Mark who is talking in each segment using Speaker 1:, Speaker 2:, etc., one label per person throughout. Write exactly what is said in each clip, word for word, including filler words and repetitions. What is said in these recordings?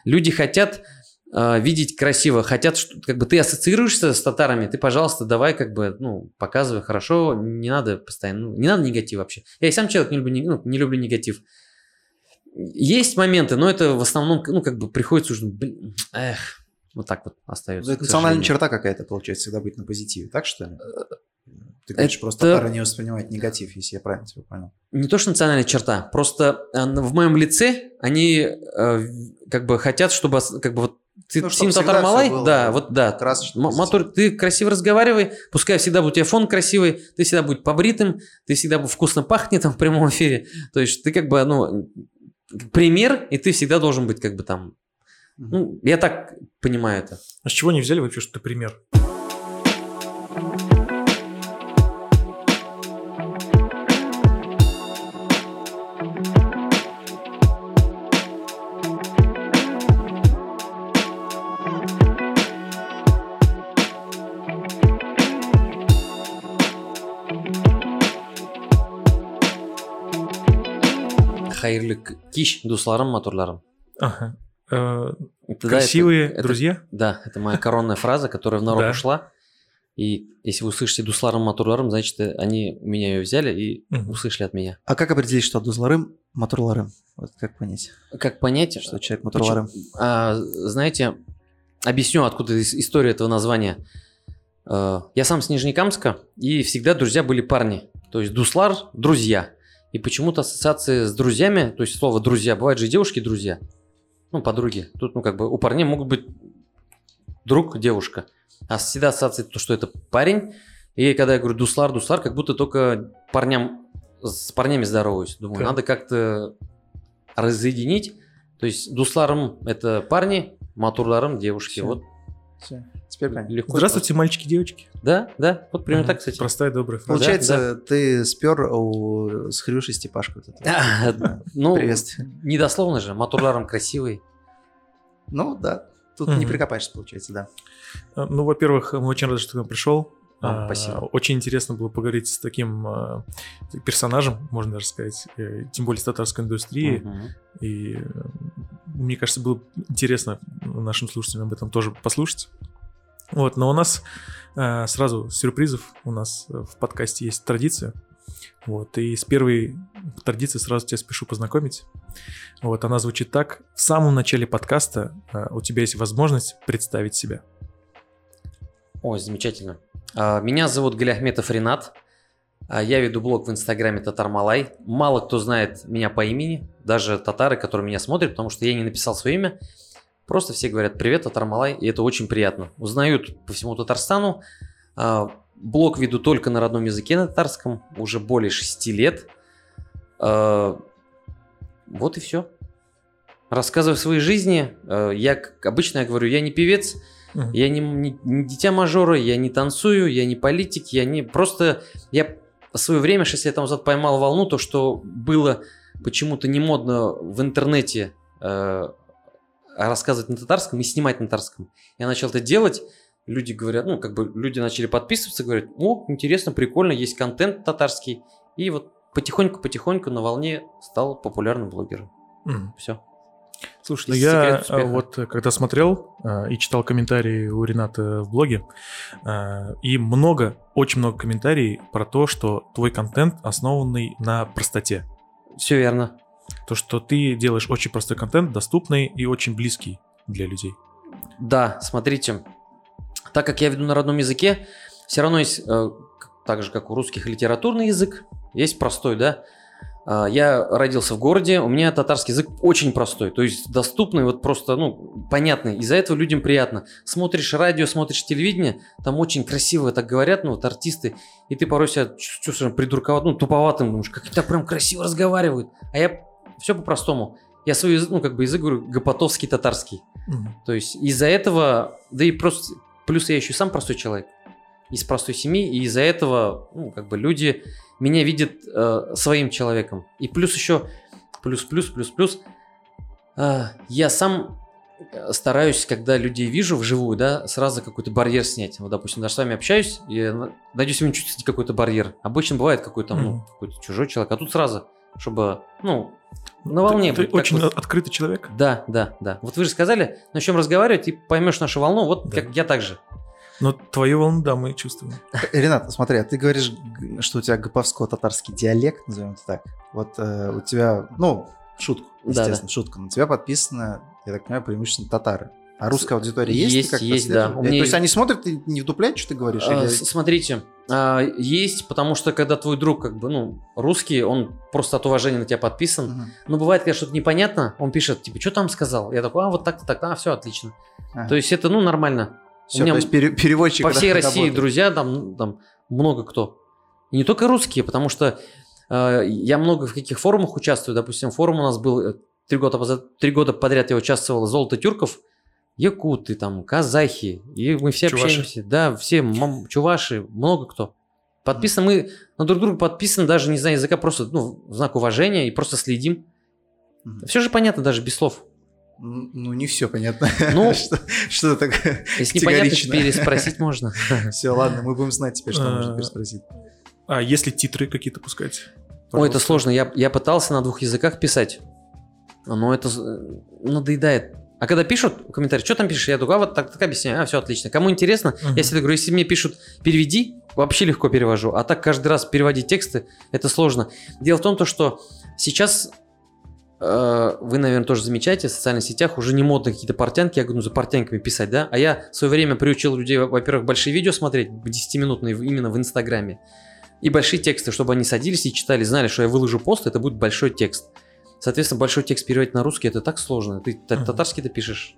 Speaker 1: Люди хотят э, видеть красиво, хотят, что, как бы ты ассоциируешься с татарами, ты, пожалуйста, давай как бы, ну, показывай хорошо, не надо постоянно, ну, не надо негатив вообще. Я и сам человек не люблю, ну, не люблю негатив. Есть моменты, но это в основном, ну, как бы приходится уже, блин, эх, вот так вот остается.
Speaker 2: Это национальная черта какая-то, получается, всегда быть на позитиве, так что ли? Ты говоришь,
Speaker 1: это...
Speaker 2: просто татары не воспринимают негатив, если я правильно тебя понял.
Speaker 1: Не то, что национальная черта, просто в моем лице они э, как бы хотят, чтобы как бы вот ты,
Speaker 2: ну,
Speaker 1: Тим Татар Малай, да, вот да,
Speaker 2: Матур,
Speaker 1: ты красиво разговаривай, пускай всегда будет у тебя фон красивый, ты всегда будь побритым, ты всегда вкусно пахнет там в прямом эфире, то есть ты как бы, ну, пример, и ты всегда должен быть как бы там, ну, я так понимаю это.
Speaker 3: А с чего они взяли вообще, что ты пример?
Speaker 1: Хайрлы киш, дусларым, матурларым.
Speaker 3: Ага. Э, красивые
Speaker 1: это,
Speaker 3: друзья?
Speaker 1: Это, да, это моя коронная фраза, которая в народ ушла. И если вы услышите дусларым, матурларым, значит, они меня ее взяли и угу. услышали от меня.
Speaker 2: А как определить, что дусларым, матурларым? Вот как понять?
Speaker 1: Как понять?
Speaker 2: Что человек матурларым?
Speaker 1: А, знаете, объясню, откуда история этого названия. Я сам с Нижнекамска, и всегда друзья были парни. То есть дуслар – друзья. И почему-то ассоциации с друзьями, то есть слово «друзья», бывают же и девушки-друзья, ну, подруги. Тут, ну, как бы у парней могут быть друг, девушка. А всегда ассоциация то, что это парень. И когда я говорю «дуслар», «дуслар», как будто только парням, с парнями здороваюсь. Думаю, как? Надо как-то разъединить. То есть дусларом – это парни, матурларом – девушки. Все. Вот.
Speaker 2: Все. Теперь понятно.
Speaker 3: Легко. Здравствуйте, мальчики, девочки.
Speaker 1: Да, да, вот примерно ага. так, кстати.
Speaker 3: Простая, добрая фраза.
Speaker 2: Получается,
Speaker 1: да, да.
Speaker 2: ты спер у... с Хрюши Степашку.
Speaker 1: Ну, недословно же, матурларом красивый.
Speaker 2: Ну, да, тут не прикопаешься, получается, да.
Speaker 3: Ну, во-первых, мы очень рады, что ты к нам пришел.
Speaker 1: А, спасибо.
Speaker 3: Очень интересно было поговорить с таким э, персонажем, можно даже сказать, э, тем более с татарской индустрии. Uh-huh. И э, мне кажется, было интересно нашим слушателям об этом тоже послушать. Вот, но у нас э, сразу сюрпризов. У нас в подкасте есть традиция. Вот, и с первой традицией сразу тебя спешу познакомить. Вот, она звучит так. В самом начале подкаста э, у тебя есть возможность представить себя.
Speaker 1: Ой, замечательно. Меня зовут Галиахметов Ринат. Я веду блог в инстаграме Татар Малай. Мало кто знает меня по имени, даже татары, которые меня смотрят, потому что я не написал свое имя. Просто все говорят «Привет, Татар Малай», и это очень приятно. Узнают по всему Татарстану. Блог веду только на родном языке, на татарском, уже более шести лет. Вот и все. Рассказываю о своей жизни. Я, как обычно я говорю, я не певец, Uh-huh. Я не, не, не дитя мажора, я не танцую, я не политик, я не... Просто я в свое время, шесть лет назад, поймал волну, то, что было почему-то не модно в интернете э, рассказывать на татарском и снимать на татарском. Я начал это делать, люди говорят, ну, как бы люди начали подписываться, говорят, о, интересно, прикольно, есть контент татарский. И вот потихоньку-потихоньку на волне стал популярным блогером. Uh-huh. Все.
Speaker 3: Слушай, ну я вот когда смотрел э, и читал комментарии у Рената в блоге, э, и много, очень много комментариев про то, что твой контент основанный на простоте.
Speaker 1: Все верно.
Speaker 3: То, что ты делаешь очень простой контент, доступный и очень близкий для людей.
Speaker 1: Да, смотрите, так как я веду на родном языке, все равно есть, э, так же как у русских, литературный язык, есть простой, да. Я родился в городе, у меня татарский язык очень простой, то есть доступный, вот просто, ну, понятный. Из-за этого людям приятно. Смотришь радио, смотришь телевидение, там очень красиво так говорят, ну, вот артисты, и ты порой себя чувствуешь придурковатым, ну, туповатым, думаешь, как это прям красиво разговаривают. А я все по-простому. Я свой язык, ну, как бы язык говорю, гопотовский, татарский. Mm-hmm. То есть из-за этого, да и просто, плюс я еще сам простой человек, из простой семьи, и из-за этого, ну, как бы люди меня видят э, своим человеком. И плюс еще, плюс, плюс, плюс, плюс, э, я сам стараюсь, когда людей вижу вживую, да, сразу какой-то барьер снять. Вот, допустим, даже с вами общаюсь, и надеюсь, вы не чувствуете какой-то барьер. Обычно бывает какой-то, ну, какой-то чужой человек, а тут сразу чтобы, ну, на волне
Speaker 3: ты,
Speaker 1: быть.
Speaker 3: Ты очень
Speaker 1: вот...
Speaker 3: открытый человек.
Speaker 1: Да, да, да. Вот вы же сказали, начнем разговаривать и поймешь нашу волну, вот да. Как я так же.
Speaker 3: Но твою волну, да, мы чувствуем.
Speaker 2: Ренат, смотри, а ты говоришь, что у тебя гаповско-татарский диалект, назовем это так. Вот э, у тебя, ну, шутку, естественно, да, да. шутка. На тебя подписано, я так понимаю, преимущественно татары. А русская аудитория есть?
Speaker 1: Есть,
Speaker 2: как
Speaker 1: есть, да.
Speaker 2: То есть они смотрят и не вдупляют, что ты говоришь?
Speaker 1: А,
Speaker 2: или...
Speaker 1: Смотрите, а, есть, потому что когда твой друг, как бы, ну, русский, он просто от уважения на тебя подписан. Uh-huh. Но бывает, когда что-то непонятно, он пишет, типа, что там сказал? Я такой, а, вот так-то, так, а, все, отлично. Uh-huh. То есть это, ну, нормально.
Speaker 2: Все, у меня то есть пере- переводчик
Speaker 1: по всей России
Speaker 2: работает.
Speaker 1: Друзья, там, там много кто. И не только русские, потому что э, я много в каких форумах участвую. Допустим, форум у нас был три года, три года подряд, я участвовал «Золото тюрков», якуты, там, казахи, и мы все чуваши. Общаемся. Да, все, мам, чуваши, много кто. Подписаны, мы на друг друга подписаны, даже не зная языка, просто, ну, в знак уважения и просто следим. Mm-hmm. Все же понятно, даже без слов.
Speaker 2: Ну, не все понятно.
Speaker 1: Ну,
Speaker 2: что, что так
Speaker 1: если непонятно, переспросить можно.
Speaker 2: Все, ладно, мы будем знать теперь, что можно переспросить.
Speaker 3: А если титры какие-то пускать?
Speaker 1: Ой, это сложно. Я, я пытался на двух языках писать, но это надоедает. А когда пишут комментарии, что там пишешь? Я такой, а вот так, так объясняю, а, все отлично. Кому интересно, uh-huh. я всегда говорю, если мне пишут переведи, вообще легко перевожу. А так каждый раз переводить тексты, это сложно. Дело в том, то, что сейчас... Вы, наверное, тоже замечаете, в социальных сетях уже не модно какие-то портянки, я говорю, ну, за портянками писать, да? А я в свое время приучил людей, во-первых, большие видео смотреть, десятиминутные именно в Инстаграме, и большие тексты, чтобы они садились и читали, знали, что я выложу пост, это будет большой текст. Соответственно, большой текст переводить на русский, это так сложно. Ты uh-huh. татарский-то пишешь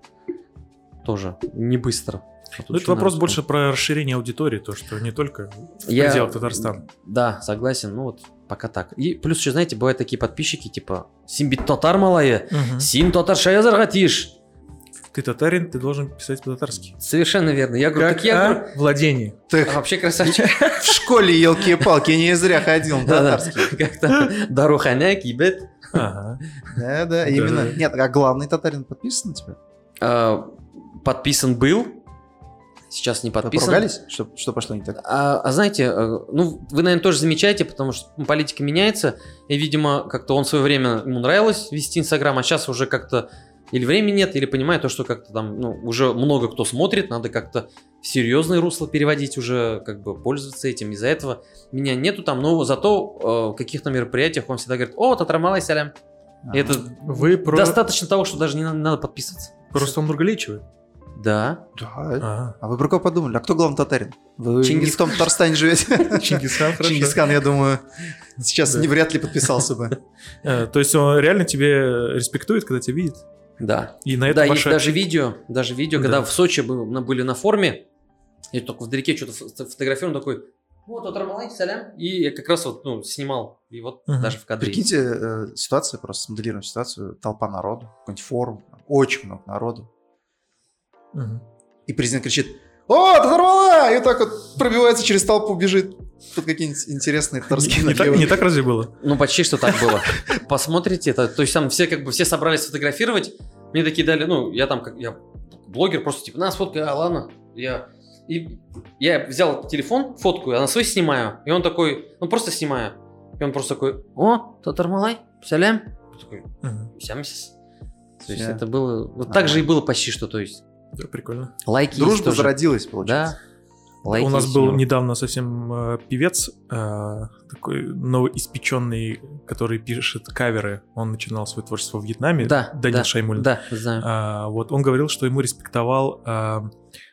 Speaker 1: тоже не быстро.
Speaker 3: А ну, это вопрос больше про расширение аудитории, то, что не только в пределах Татарстана.
Speaker 1: Да, согласен, ну вот пока так. И плюс еще, знаете, бывают такие подписчики, типа «Симбит татар малая, угу. син татар шаязарга тиш».
Speaker 3: Ты татарин, ты должен писать по-татарски.
Speaker 1: Совершенно верно. Я говорю,
Speaker 3: как
Speaker 1: так я
Speaker 3: а?
Speaker 1: говорю...
Speaker 3: Владение.
Speaker 1: А вообще красавчик.
Speaker 2: В школе елки-палки, я не зря ходил на татарский.
Speaker 1: Как-то Даруханяк, ебет.
Speaker 2: Да-да, именно. Нет, а главный татарин подписан на тебя?
Speaker 1: Подписан был. Сейчас не подписан.
Speaker 2: Вы поругались? Что, что пошло не так?
Speaker 1: А, а знаете, ну, вы, наверное, тоже замечаете, потому что политика меняется, и, видимо, как-то он в свое время, ему нравилось вести Инстаграм, а сейчас уже как-то или времени нет, или понимает то, что как-то там, ну, уже много кто смотрит, надо как-то в серьезное русло переводить уже, как бы пользоваться этим. Из-за этого меня нету там, но зато э, в каких-то мероприятиях он всегда говорит: «О, татармалай салям». И это
Speaker 3: вы про...
Speaker 1: достаточно того, что даже не надо, не надо подписываться.
Speaker 3: Просто он Нургаличевый?
Speaker 1: Да.
Speaker 2: Да. А. а вы про кого подумали? А кто главный татарин? Вы
Speaker 1: Чингис...
Speaker 2: не в том Татарстане живете?
Speaker 3: Чингисхан, хорошо.
Speaker 2: Чингисхан, я думаю, сейчас не вряд ли подписался бы.
Speaker 3: То есть он реально тебе респектует, когда тебя видит?
Speaker 1: Да.
Speaker 3: И на
Speaker 1: да,
Speaker 3: этом
Speaker 1: есть даже видео, даже видео, когда в Сочи были на форуме, я только вдалеке что-то фотографировал, такой: вот, татармалай, салям. И я как раз вот, ну, снимал, и вот даже в кадре.
Speaker 2: Прикиньте, ситуация, просто смоделируем ситуацию, толпа народу, какой-нибудь форум, очень много народу. Угу. И президент кричит: «О, татармалай!» И вот так вот пробивается через толпу, бежит. Тут какие-нибудь интересные татарские
Speaker 3: не, так, не так разве было?
Speaker 1: Ну, почти что так было. Посмотрите это. То есть там все как бы все собрались сфотографировать. Мне такие дали, ну, я там, как я блогер, просто типа, на, сфоткай, а ладно. Я, и я взял телефон, фотку, я на свой снимаю. И он такой, ну, просто снимаю. И он просто такой: «О, татармалай, салям». Я такой: «Сямсис». То есть это было, вот так же и было почти что, то есть.
Speaker 3: Да, прикольно.
Speaker 1: Лайки.
Speaker 2: Дружба зародилась, получается.
Speaker 1: Да. Лайки.
Speaker 3: У нас был недавно совсем э, певец, э, такой новоиспеченный, который пишет каверы. Он начинал свое творчество в Вьетнаме.
Speaker 1: Да.
Speaker 3: Данил
Speaker 1: да,
Speaker 3: Шаймулин.
Speaker 1: Да, знаю.
Speaker 3: А, вот он говорил, что ему респектовал, а,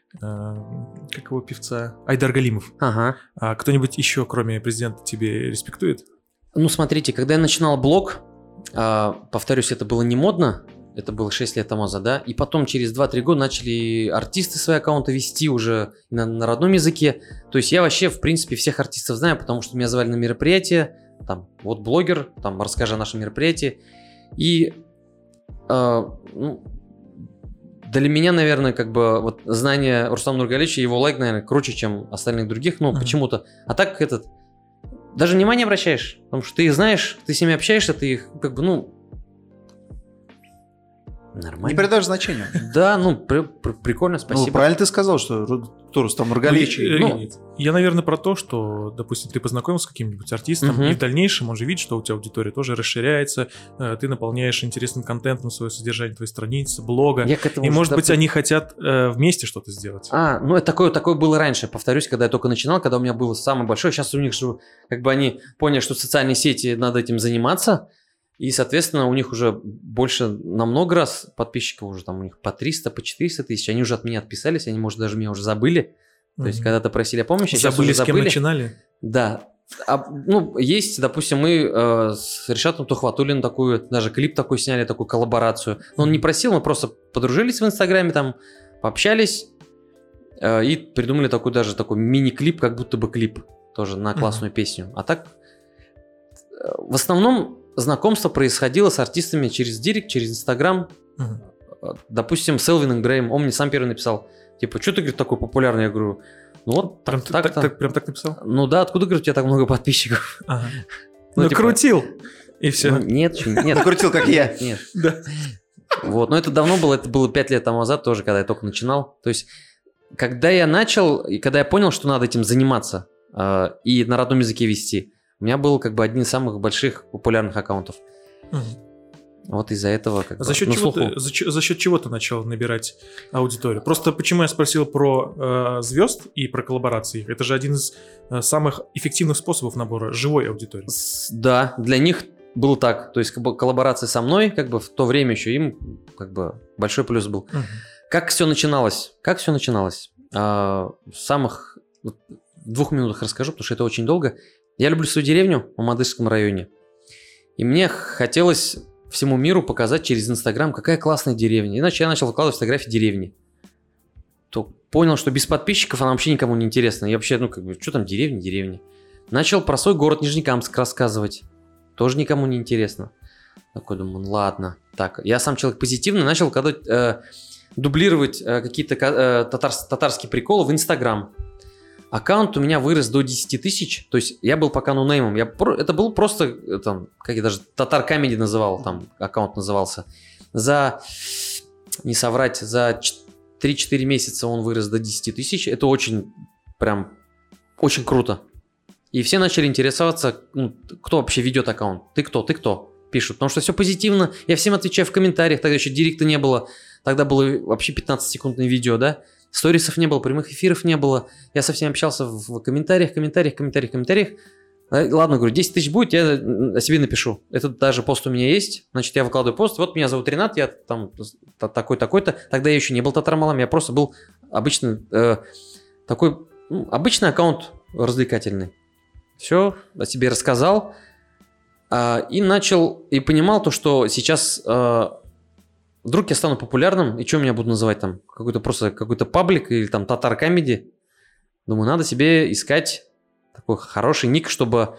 Speaker 3: а, как его певца, Айдар Галимов.
Speaker 1: Ага.
Speaker 3: А кто-нибудь еще, кроме президента, тебе респектует?
Speaker 1: Ну, смотрите, когда я начинал блог, а, повторюсь, это было не модно. Это было шесть лет тому назад, да? И потом через два-три года начали артисты свои аккаунты вести уже на, на родном языке. То есть я вообще, в принципе, всех артистов знаю, потому что меня звали на мероприятие. Там, вот блогер, там, расскажи о нашем мероприятии. И э, ну, для меня, наверное, как бы вот знание Рустама Нургалича, его лайк, наверное, круче, чем остальных других, ну, uh-huh. почему-то. А так этот, даже внимания обращаешь, потому что ты их знаешь, ты с ними общаешься, ты их как бы, ну, Нормально.
Speaker 2: Не придаешь значения.
Speaker 1: Да, ну, при, при, прикольно, спасибо.
Speaker 2: Ну, правильно ты сказал, что кто Рустам Нургалиевич.
Speaker 3: Ну, я, наверное, про то, что, допустим, ты познакомился с каким-нибудь артистом, uh-huh. и в дальнейшем он же видит, что у тебя аудитория тоже расширяется, ты наполняешь интересным контентом свое содержание твоей страницы, блога, и, может быть, они хотят э, вместе что-то сделать.
Speaker 1: А, ну, это такое, такое было раньше, повторюсь, когда я только начинал, когда у меня было самое большое, сейчас у них же, как бы они поняли, что в социальной сети надо этим заниматься. И, соответственно, у них уже больше на много раз подписчиков уже там у них по триста, по четыреста тысяч. Они уже от меня отписались, они, может, даже меня уже забыли. То mm-hmm. есть, когда-то просили о помощи, сейчас
Speaker 3: забыли,
Speaker 1: уже забыли.
Speaker 3: С кем начинали?
Speaker 1: Да. А, ну, есть, допустим, мы э, с Ришатом Тухватуллиным такую, даже клип такой сняли, такую коллаборацию. Но он не просил, мы просто подружились в Инстаграме, там, пообщались э, и придумали такой даже такой мини-клип, как будто бы клип тоже на классную mm-hmm. песню. А так, э, в основном... Знакомство происходило с артистами через Директ, через Инстаграм. Uh-huh. Допустим, с Элвином Греем. Он мне сам первый написал. Типа, что ты, говорит, такой популярный? Я говорю, ну вот
Speaker 3: прям
Speaker 1: так,
Speaker 3: так,
Speaker 1: так,
Speaker 3: так, прям так написал?
Speaker 1: Ну да, откуда, говорит, у тебя так много подписчиков?
Speaker 3: Ага. Ну, ну типа, крутил, и все.
Speaker 1: Ну, нет, нет.
Speaker 2: Накрутил, как я.
Speaker 1: Нет.
Speaker 3: Да.
Speaker 1: Вот, но это давно было, это было пять лет тому назад тоже, когда я только начинал. То есть, когда я начал, и когда я понял, что надо этим заниматься, э, и на родном языке вести, у меня был как бы один из самых больших популярных аккаунтов. Угу. Вот из-за этого как
Speaker 3: за счет,
Speaker 1: бы,
Speaker 3: чего ты, за, за счет чего ты начал набирать аудиторию? Просто почему я спросил про э, звезд и про коллаборации? Это же один из э, самых эффективных способов набора живой аудитории.
Speaker 1: С, да, для них было так. То есть как бы коллаборация со мной, как бы в то время еще им как бы большой плюс был. Угу. Как все начиналось? Как все начиналось? А, в самых в двух минутах расскажу, потому что это очень долго. Я люблю свою деревню в Мамадышском районе. И мне хотелось всему миру показать через Инстаграм, какая классная деревня. Иначе я начал выкладывать фотографии деревни. То понял, что без подписчиков она вообще никому не интересна. Я вообще, ну как бы, что там деревня, деревня. Начал про свой город Нижнекамск рассказывать. Тоже никому не интересно. Такой думаю, ладно. Так, я сам человек позитивный, начал выкладывать, э, дублировать э, какие-то э, татар, татарские приколы в Инстаграм. Аккаунт у меня вырос до десяти тысяч, то есть я был пока нонеймом, я, это был просто, там, как я даже Татар Камеди называл, там аккаунт назывался. За, не соврать, за три-четыре месяца он вырос до десяти тысяч, это очень, прям, очень круто. И все начали интересоваться, ну, кто вообще ведет аккаунт, ты кто, ты кто, пишут, потому что все позитивно, я всем отвечаю в комментариях, тогда еще директа не было, тогда было вообще пятнадцатисекундное видео, да. Сторисов не было, прямых эфиров не было. Я со всеми общался в комментариях, комментариях, комментариях, комментариях. Ладно, говорю, десять тысяч будет, я о себе напишу. Этот даже пост у меня есть. Значит, я выкладываю пост. Вот меня зовут Ренат, я там такой-такой-то. Тогда я еще не был татар-малам, я просто был обычный, э, такой, ну, обычный аккаунт развлекательный. Все, о себе рассказал. Э, и начал, и понимал то, что сейчас... Э, Вдруг я стану популярным, и что меня будут называть там? Какой-то просто какой-то паблик или там Татар Камеди. Думаю, надо себе искать такой хороший ник, чтобы,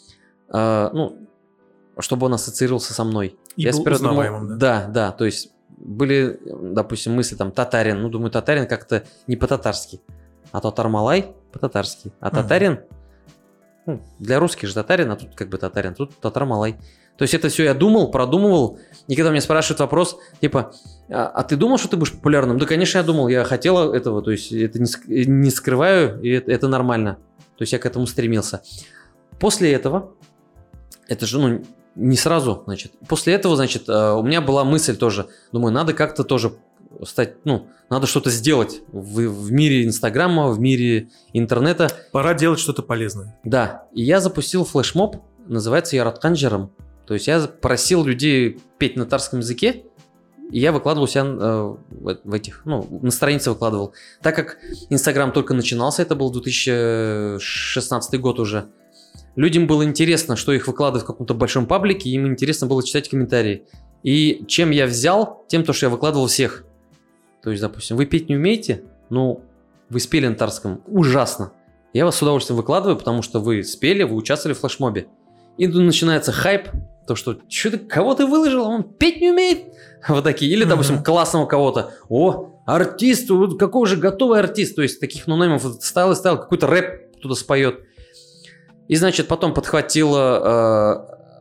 Speaker 1: э, ну, чтобы он ассоциировался со мной.
Speaker 3: И
Speaker 1: я
Speaker 3: был узнаваемым,
Speaker 1: думал, да? Да, да, то есть были, допустим, мысли там татарин, ну, думаю, татарин как-то не по-татарски, а татар-малай по-татарски, а татарин, uh-huh. ну, для русских же татарин, а тут как бы татарин, тут татар-малай. То есть это все я думал, продумывал, и когда меня спрашивают вопрос, типа, а, а ты думал, что ты будешь популярным? Да, конечно, я думал, я хотел этого, то есть это не, не скрываю, и это, это нормально. То есть я к этому стремился. После этого, это же, ну, не сразу, значит, после этого, значит, у меня была мысль тоже, думаю, надо как-то тоже стать, ну, надо что-то сделать в, в мире Инстаграма, в мире интернета.
Speaker 3: Пора делать что-то полезное.
Speaker 1: Да, и я запустил флешмоб, называется «Яраткан жарым». То есть я просил людей петь на татарском языке, и я выкладывал себя э, в, в этих, ну, на странице выкладывал. Так как Инстаграм только начинался, это был две тысячи шестнадцатый год уже, людям было интересно, что их выкладывают в каком-то большом паблике, им интересно было читать комментарии. И чем я взял, тем, то, что я выкладывал всех. То есть, допустим, вы петь не умеете, ну, вы спели на татарском, ужасно. Я вас с удовольствием выкладываю, потому что вы спели, вы участвовали в флешмобе. И тут начинается хайп, то, что что ты, кого ты выложил, он петь не умеет. Вот такие. Или, допустим, mm-hmm. классного кого-то. О, артист, вот какой же готовый артист. То есть таких нонеймов ставил и ставил, какой-то рэп туда споет. И, значит, потом подхватила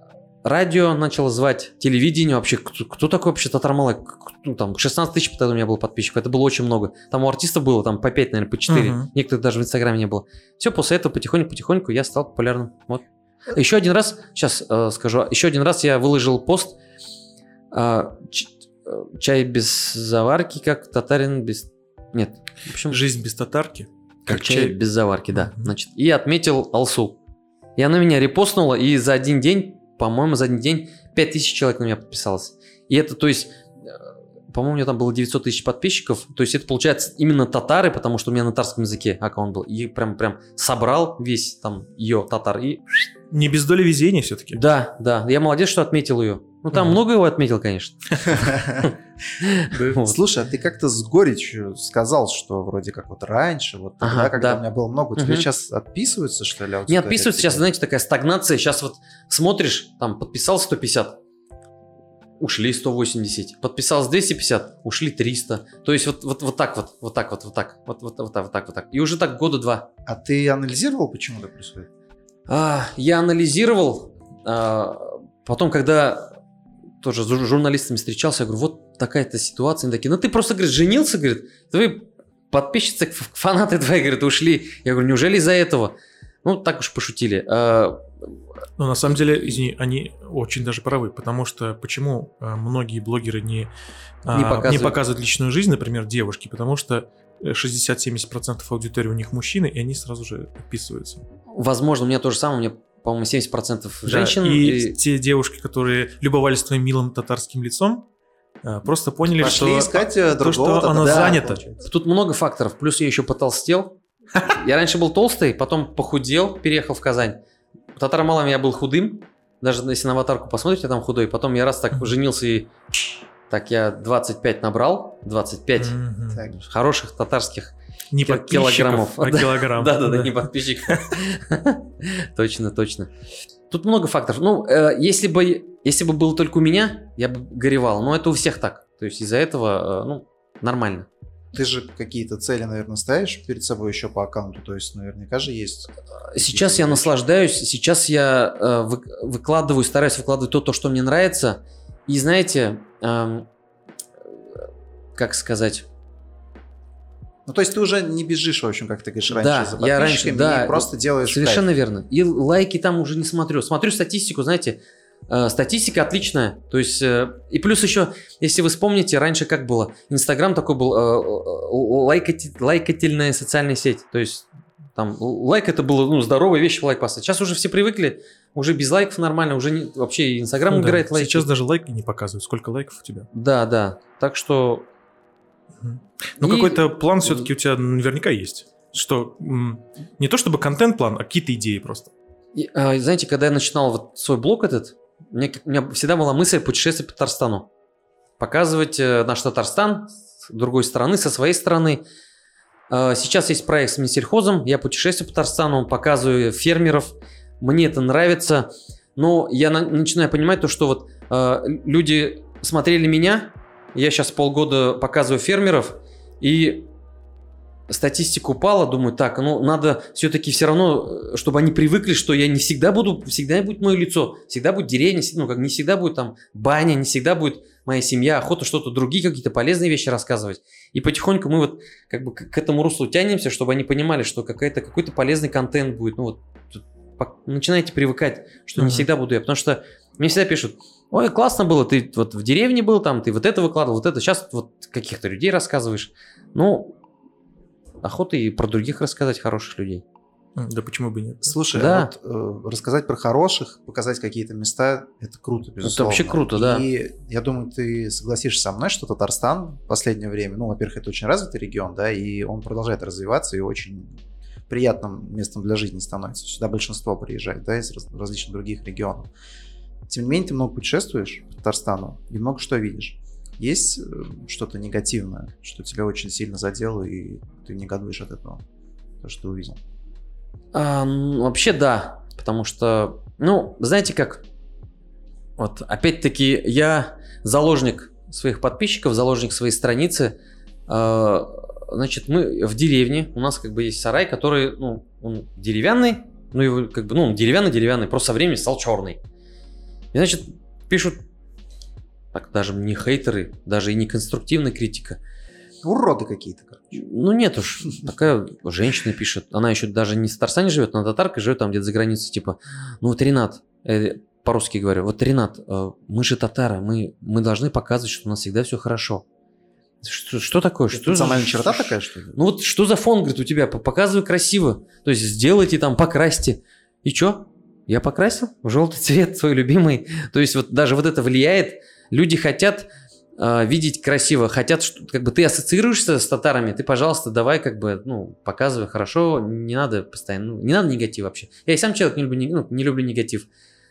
Speaker 1: радио начало звать, телевидение вообще. Кто, кто такой вообще Татар Малай? Ну, там шестнадцать тысяч тогда у меня было подписчиков, это было очень много. Там у артистов было там по пять, наверное, по четыре. Uh-huh. Некоторых даже в Инстаграме не было. Все, после этого потихоньку-потихоньку я стал популярным. Вот. Еще один раз, сейчас э, скажу, еще один раз я выложил пост э, ч, чай без заварки, как татарин без... Нет. В общем,
Speaker 3: жизнь без татарки.
Speaker 1: Как, как чай, чай без заварки, да. Uh-huh. Значит, и отметил Алсу. И она меня репостнула, и за один день, по-моему, за один день пять тысяч человек на меня подписалось. И это, то есть, по-моему, у меня там было девятьсот тысяч подписчиков. То есть это, получается, именно татары, потому что у меня на татарском языке аккаунт был. И прям, прям собрал весь там ее татар. И...
Speaker 3: Не без доли везения все-таки.
Speaker 1: Да, да. Я молодец, что отметил ее. Ну, там uh-huh. много его отметил, конечно.
Speaker 2: Слушай, а ты как-то с горечью сказал, что вроде как вот раньше, вот тогда, когда у меня было много, у тебя сейчас отписываются, что ли?
Speaker 1: Не отписываются, сейчас, знаете, такая стагнация. Сейчас вот смотришь, там подписал сто пятьдесят, ушли сто восемьдесят, подписалось двести пятьдесят, ушли триста. То есть вот, вот, вот так вот, вот так вот, вот так, вот, вот, вот так, вот так, вот так. И уже так года два.
Speaker 2: А ты анализировал, почему это происходит?
Speaker 1: А, я анализировал, а, потом, когда тоже с журналистами встречался, я говорю, вот такая-то ситуация. Они такие, ну ты просто, говорит, женился, говорит, твои подписчицы, фанаты твои, говорит, ушли. Я говорю, неужели из-за этого? Ну, так уж пошутили. А,
Speaker 3: Но на самом деле, извини, они очень даже правы, потому что почему многие блогеры не, не, показывают. не показывают личную жизнь, например, девушки, потому что шестьдесят-семьдесят процентов аудитории у них мужчины, и они сразу же подписываются.
Speaker 1: Возможно, у меня то же самое, у меня, по-моему, семьдесят процентов женщин.
Speaker 3: Да, и, и те девушки, которые любовались твоим милым татарским лицом, просто поняли,
Speaker 2: Пошли
Speaker 3: что,
Speaker 2: искать
Speaker 3: то, что оно да, занято.
Speaker 2: Получается.
Speaker 1: Тут много факторов, плюс я еще потолстел. Я раньше был толстый, потом похудел, переехал в Казань. В Татар Малайе я был худым, даже если на аватарку посмотрите, я там худой. Потом я раз так женился и так я двадцать пять набрал, двадцать пять mm-hmm. хороших татарских
Speaker 3: не
Speaker 1: килограммов.
Speaker 3: А килограмм.
Speaker 1: Да-да-да, не подписчиков. Точно, точно. Тут много факторов. Ну, если бы, если бы было только у меня, я бы горевал. Но это у всех так. То есть из-за этого, ну, нормально.
Speaker 2: Ты же какие-то цели, наверное, ставишь перед собой еще по аккаунту, то есть наверняка же есть.
Speaker 1: Сейчас я наслаждаюсь, сейчас я э, вы, выкладываю, стараюсь выкладывать то, то, что мне нравится. И знаете, э, как сказать...
Speaker 2: Ну, то есть ты уже не бежишь, в общем, как ты говоришь, раньше
Speaker 1: да,
Speaker 2: за подписчиками,
Speaker 1: я раньше, да,
Speaker 2: просто делаешь
Speaker 1: совершенно
Speaker 2: кайф.
Speaker 1: верно. И лайки там уже не смотрю. Смотрю статистику, знаете, э, статистика отличная. То есть, э, и плюс еще, если вы вспомните, раньше как было? Инстаграм такой был э, лайкати, лайкательная социальная сеть. То есть, там лайк это было, ну, здоровая вещь, лайк поставить. Сейчас уже все привыкли, уже без лайков нормально, уже не, вообще Инстаграм ну, играет
Speaker 3: да.
Speaker 1: лайки.
Speaker 3: Сейчас даже лайки не показывают, сколько лайков у тебя.
Speaker 1: Да, да. Так что...
Speaker 3: Ну,
Speaker 1: и...
Speaker 3: какой-то план все-таки у тебя наверняка есть. Что не то чтобы контент-план, а какие-то идеи просто.
Speaker 1: И, а, знаете, когда я начинал вот свой блог этот, мне, у меня всегда была мысль путешествовать по Татарстану. Показывать э, наш Татарстан с другой стороны, со своей стороны. Э, сейчас есть проект с Минсельхозом, я путешествую по Татарстану, показываю фермеров. Мне это нравится. Но я на, начинаю понимать то, что вот э, люди смотрели меня, я сейчас полгода показываю фермеров, и статистика упала, думаю, так, ну надо все-таки все равно, чтобы они привыкли, что я не всегда буду, всегда будет мое лицо, всегда будет деревня, ну как не всегда будет там баня, не всегда будет моя семья, охота что-то другие какие-то полезные вещи рассказывать. И потихоньку мы вот как бы к этому руслу тянемся, чтобы они понимали, что какая-то, какой-то полезный контент будет. Ну вот начинайте привыкать, что uh-huh. не всегда буду я, потому что мне всегда пишут, ой, классно было, ты вот в деревне был, там, ты вот это выкладывал, вот это, сейчас вот каких-то людей рассказываешь. Ну, охота и про других рассказать, хороших людей.
Speaker 3: Да почему бы нет?
Speaker 2: Слушай,
Speaker 1: да.
Speaker 2: а вот э, рассказать про хороших, показать какие-то места, это круто, безусловно.
Speaker 1: Это вообще круто, да.
Speaker 2: И я думаю, ты согласишься со мной, что Татарстан в последнее время, ну, во-первых, это очень развитый регион, да, и он продолжает развиваться и очень приятным местом для жизни становится. Сюда большинство приезжает, да, из раз, различных других регионов. Тем не менее, ты много путешествуешь по Татарстану и много что видишь. Есть что-то негативное, что тебя очень сильно задело, и ты негодуешь от этого, то, что ты увидел?
Speaker 1: А, ну, вообще да, потому что, ну, знаете как, вот опять-таки я заложник своих подписчиков, заложник своей страницы. А, значит, мы в деревне, у нас как бы есть сарай, который, ну, он деревянный, ну, его как бы, ну, он деревянный-деревянный, просто со временем стал черный. И, значит, пишут, так даже не хейтеры, даже и не конструктивная критика.
Speaker 2: Уроды какие-то, короче.
Speaker 1: Ну нет уж, такая женщина пишет, она еще даже не в Татарстане живет, она татарка живет там где-то за границей, типа, ну вот Ренат, э, по-русски говорю, вот Ренат, э, мы же татары, мы, мы должны показывать, что у нас всегда все хорошо. Что, что такое?
Speaker 2: Это
Speaker 1: что
Speaker 2: национальная
Speaker 1: за,
Speaker 2: черта такая, что ли?
Speaker 1: Ну вот что за фон, говорит, у тебя, показывай красиво, то есть сделайте там, покрасьте. И что? Я покрасил? Желтый цвет, свой любимый. То есть вот даже вот это влияет, люди хотят... видеть красиво, хотят, что как бы ты ассоциируешься с татарами, ты, пожалуйста, давай как бы, ну, показывай хорошо, не надо постоянно, ну, не надо негатив вообще. Я и сам человек не люблю, ну, не люблю негатив.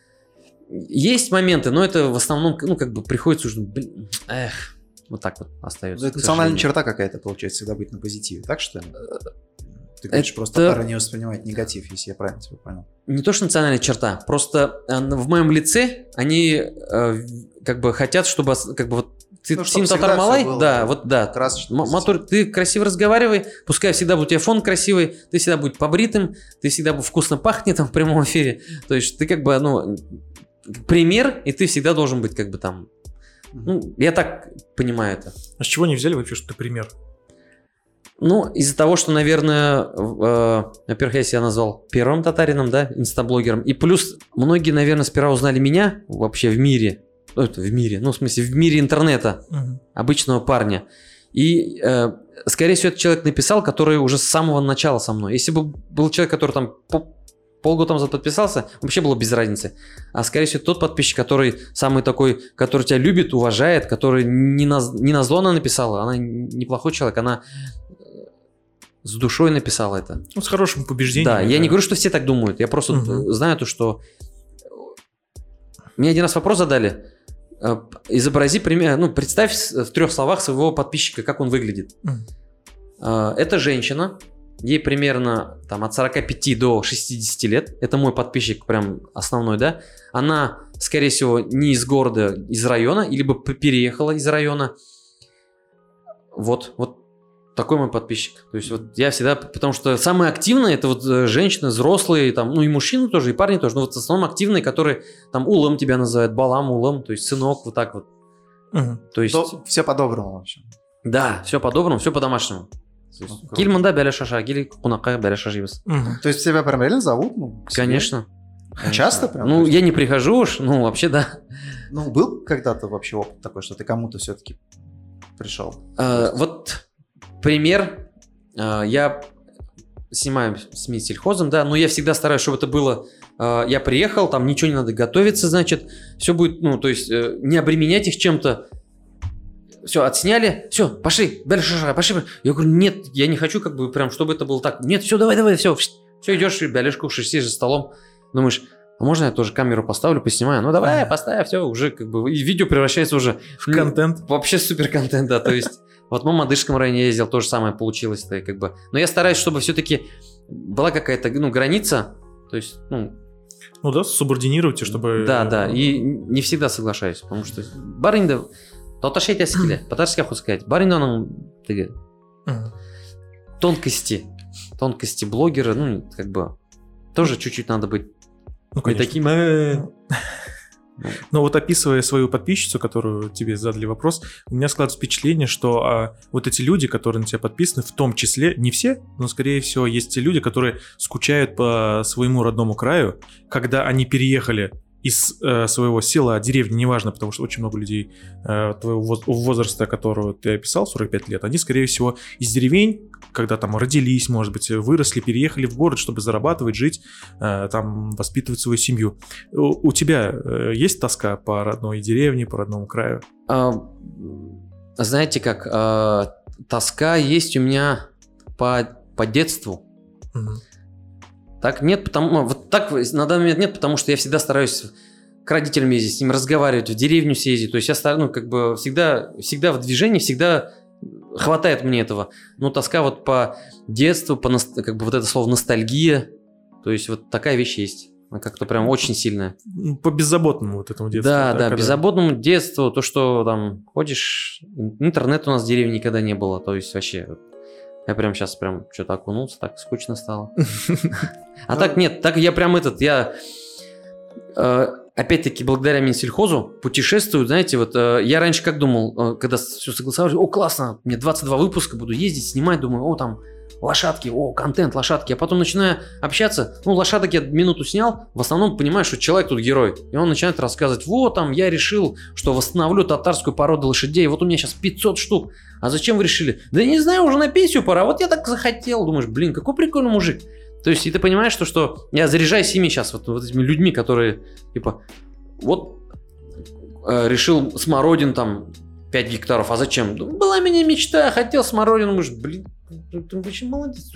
Speaker 1: Есть моменты, но это в основном, ну, как бы приходится уже, блин, эх, вот так вот остается.
Speaker 2: Это национальная черта какая-то, получается, всегда быть на позитиве, так что ли? Ты говоришь, это... просто татары не воспринимают негатив, если я правильно тебя понял.
Speaker 1: Не то, что национальная черта, просто в моем лице они э, как бы хотят, чтобы как бы вот ты
Speaker 2: ну,
Speaker 1: Тим Татар Малай, да, вот да. Мотор, ты красиво разговаривай, пускай всегда будет у тебя фон красивый, ты всегда будь побритым, ты всегда будь вкусно пахнет там в прямом эфире. То есть ты как бы, ну, пример, и ты всегда должен быть как бы там. Ну, я так понимаю это.
Speaker 3: А с чего они взяли вообще, что ты пример?
Speaker 1: Ну, из-за того, что, наверное, э, во-первых, я себя назвал первым татарином, да, инстаблогером. И плюс многие, наверное, сперва узнали меня вообще в мире. Ну, это в мире, ну, в смысле, в мире интернета, uh-huh. обычного парня. И, э, скорее всего, этот человек написал, который уже с самого начала со мной. Если бы был человек, который там по, полгода назад подписался, вообще было без разницы. А, скорее всего, тот подписчик, который самый такой, который тебя любит, уважает, который не на, не на зло она написала, она неплохой человек, она с душой написала это.
Speaker 3: Ну, с хорошим побеждением.
Speaker 1: Да, я не говорю, что все так думают. Я просто uh-huh. знаю то, что... Мне один раз вопрос задали. Изобрази пример, ну, представь в трех словах своего подписчика, как он выглядит. Uh-huh. Это женщина, ей примерно там, от сорока пяти до шестидесяти лет. Это мой подписчик прям основной, да. Она, скорее всего, не из города, из района, либо переехала из района. Вот, вот. Такой мой подписчик. То есть вот я всегда, потому что самые активные это вот женщины, взрослые, там, ну и мужчины тоже, и парни тоже, но вот в основном активные, которые там улым тебя называют, балам, улым, то есть сынок, вот так вот.
Speaker 3: Угу.
Speaker 1: То есть...
Speaker 2: То все по-доброму вообще.
Speaker 1: Да, все по-доброму, все по-домашнему. Кильманда бәле шаша, кили кунакка бәле шашибыз.
Speaker 2: То есть тебя прям реально зовут? Ну,
Speaker 1: Конечно.
Speaker 2: Часто прям?
Speaker 1: Ну, я не прихожу уж, ну, вообще, да.
Speaker 2: Ну, был когда-то вообще опыт такой, что ты кому-то все-таки пришел?
Speaker 1: Вот... Пример, я снимаю СМИ сельхозом, да, но я всегда стараюсь, чтобы это было, я приехал, там ничего не надо готовиться, значит, все будет, ну, то есть не обременять их чем-то, все, отсняли, все, пошли, дальше, пошли, я говорю, нет, я не хочу, как бы, прям, чтобы это было так, нет, все, давай, давай, все, все, идешь, бялишь, кушаешь, сидишь за столом, думаешь, а можно я тоже камеру поставлю, поснимаю, ну, давай, поставь, все, уже, как бы, и видео превращается уже
Speaker 3: в контент,
Speaker 1: вообще супер контент, да, то есть... Вот в Мамадышском районе ездил, то же самое получилось. -то, как бы. Но я стараюсь, чтобы все-таки была какая-то ну, граница. То есть, ну...
Speaker 3: Ну да, субординируйте, чтобы...
Speaker 1: Да, да. И не всегда соглашаюсь. Потому что баринда... Татаршет яскиле. По-татарски хочу сказать. Баринданың тонкости. Тонкости блогера. Ну, как бы... Тоже чуть-чуть надо быть...
Speaker 3: Ну,
Speaker 1: не таким...
Speaker 3: Но вот описывая свою подписчицу, которую тебе задали вопрос, у меня складывается впечатление, что а, вот эти люди, которые на тебя подписаны, в том числе, не все, но скорее всего есть те люди, которые скучают по своему родному краю, когда они переехали из э, своего села, деревни, неважно, потому что очень много людей э, твоего возраста, которого ты описал, сорок пять лет, они, скорее всего, из деревень, когда там родились, может быть, выросли, переехали в город, чтобы зарабатывать, жить, э, там, воспитывать свою семью. У, у тебя э, есть тоска по родной деревне, по родному краю?
Speaker 1: А, знаете как, а, тоска есть у меня по, по детству.
Speaker 3: Угу.
Speaker 1: Так нет, потому вот так на данный момент нет, потому что я всегда стараюсь к родителям ездить, с ними разговаривать, в деревню съездить. То есть я стараюсь, ну, как бы всегда, всегда в движении, всегда хватает мне этого. Но тоска вот по детству, по как бы вот это слово ностальгия. То есть вот такая вещь есть. Она как-то прям очень сильная.
Speaker 3: По беззаботному вот этому детству.
Speaker 1: Да, да,
Speaker 3: когда...
Speaker 1: беззаботному детству. То, что там ходишь, интернет у нас в деревне никогда не было. То есть вообще... Я прям сейчас прям что-то окунулся, так скучно стало. А так нет, так я прям этот, я... опять-таки, благодаря Минсельхозу путешествуют, знаете, вот э, я раньше как думал, э, когда все согласовали, о, классно, мне двадцать два выпуска, буду ездить, снимать, думаю, о, там, лошадки, о, контент, лошадки. А потом начинаю общаться, ну, лошадок я минуту снял, в основном понимаю, что человек тут герой. И он начинает рассказывать, вот, там, я решил, что восстановлю татарскую породу лошадей, вот у меня сейчас пятьсот штук. А зачем вы решили? Да не знаю, уже на пенсию пора, вот я так захотел. Думаешь, блин, какой прикольный мужик. То есть, и ты понимаешь, что, что я заряжаюсь ими сейчас, вот, вот этими людьми, которые, типа, вот, э, решил смородин, там, пять гектаров, а зачем? Была у меня мечта, хотел смородину, думаешь, блин, ты очень молодец.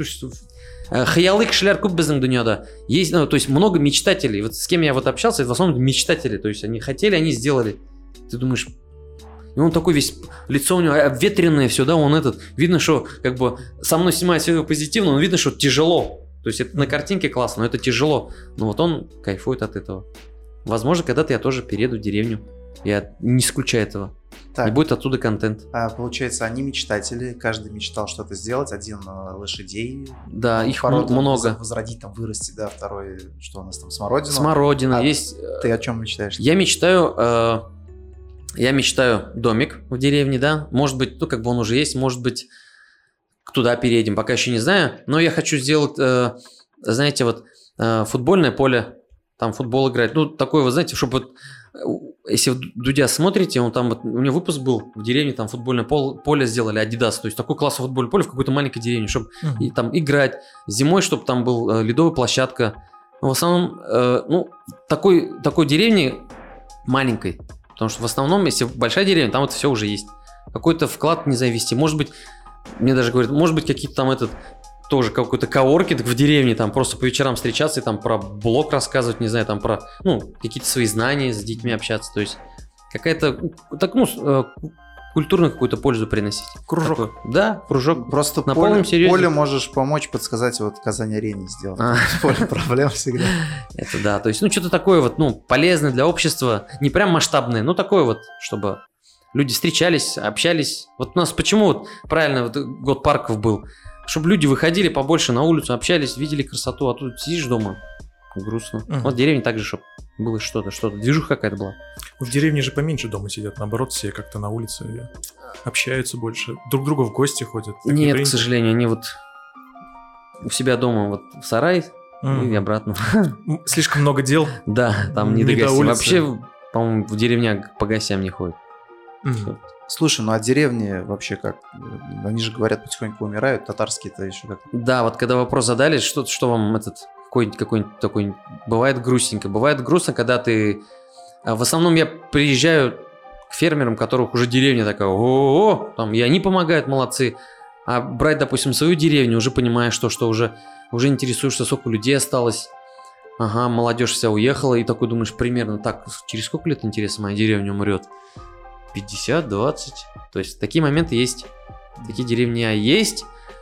Speaker 1: Хаялы кишилер көп біздің дүнияда. Есть, ну, то есть много мечтателей. Вот с кем я вот общался, это в основном мечтатели. То есть они хотели, они сделали. Ты думаешь, и он такой весь, лицо у него обветренное все, да, он этот, видно, что как бы со мной снимает все позитивно, но видно, что тяжело. То есть это на картинке классно, но это тяжело. Но вот он кайфует от этого. Возможно, когда-то я тоже перееду в деревню. Я не исключаю этого. Так, и будет оттуда контент.
Speaker 2: А, получается, они мечтатели, каждый мечтал что-то сделать, один лошадей.
Speaker 1: Да, их много.
Speaker 2: Возродить, там, вырасти, да, второй, что у нас там, смородина.
Speaker 1: Смородина,
Speaker 2: а
Speaker 1: есть.
Speaker 2: Ты о чем мечтаешь?
Speaker 1: Я мечтаю, э, я мечтаю домик в деревне, да, может быть, ну, как бы он уже есть, может быть, туда переедем, пока еще не знаю, но я хочу сделать, э, знаете, вот, э, футбольное поле, там футбол играть, ну, такое, вы знаете, чтобы вот, если Дудя смотрите, он там, вот, у него выпуск был в деревне, там футбольное поле сделали, Adidas, то есть такой классный футбольное поле в какой-то маленькой деревне, чтобы uh-huh. и, там играть, зимой, чтобы там был э, ледовая площадка, но в основном, э, ну, такой, такой деревни маленькой, потому что в основном, если большая деревня, там это все уже есть, какой-то вклад не завести, может быть, мне даже говорят, может быть, какие-то там этот, тоже какой-то коворкинг в деревне, там просто по вечерам встречаться и там про блог рассказывать, не знаю, там про, ну, какие-то свои знания с детьми общаться, то есть какая-то, так, ну, культурную какую-то пользу приносить.
Speaker 2: Кружок.
Speaker 1: Такой, да, кружок.
Speaker 2: Просто на поле, поле можешь помочь, подсказать, вот Казань-арене сделать. А. Поле проблем всегда.
Speaker 1: Это да, то есть, ну, что-то такое вот, ну, полезное для общества, не прям масштабное, но такое вот, чтобы люди встречались, общались. Вот у нас почему вот правильно вот год парков был, чтобы люди выходили побольше на улицу, общались, видели красоту, а тут сидишь дома, грустно. Uh-huh. Вот в деревне также, чтобы было что-то, что-то, движуха какая-то была.
Speaker 3: В деревне же поменьше дома сидят, наоборот, все как-то на улице общаются больше, друг к другу в гости ходят.
Speaker 1: Нет, к сожалению, они вот у себя дома вот в сарай uh-huh. и обратно.
Speaker 3: Слишком много дел.
Speaker 1: Да, там не, не до гостей. Вообще, по-моему, в деревнях по гостям не ходят.
Speaker 2: Uh-huh. Слушай, ну а деревни вообще как? Они же, говорят, потихоньку умирают, татарские-то еще как?
Speaker 1: Да, вот когда вопрос задали, что, что вам этот, какой-нибудь, какой-нибудь такой, бывает грустненько, бывает грустно, когда ты, в основном я приезжаю к фермерам, у которых уже деревня такая, о-о-о, там, и они помогают, молодцы, а брать, допустим, свою деревню, уже понимаешь, что, что уже, уже интересуешься, сколько людей осталось, ага, молодежь вся уехала, и такой думаешь, примерно, так, через сколько лет, интересно, моя деревня умрет? пятьдесят, двадцать. То есть такие моменты есть. Такие деревни есть.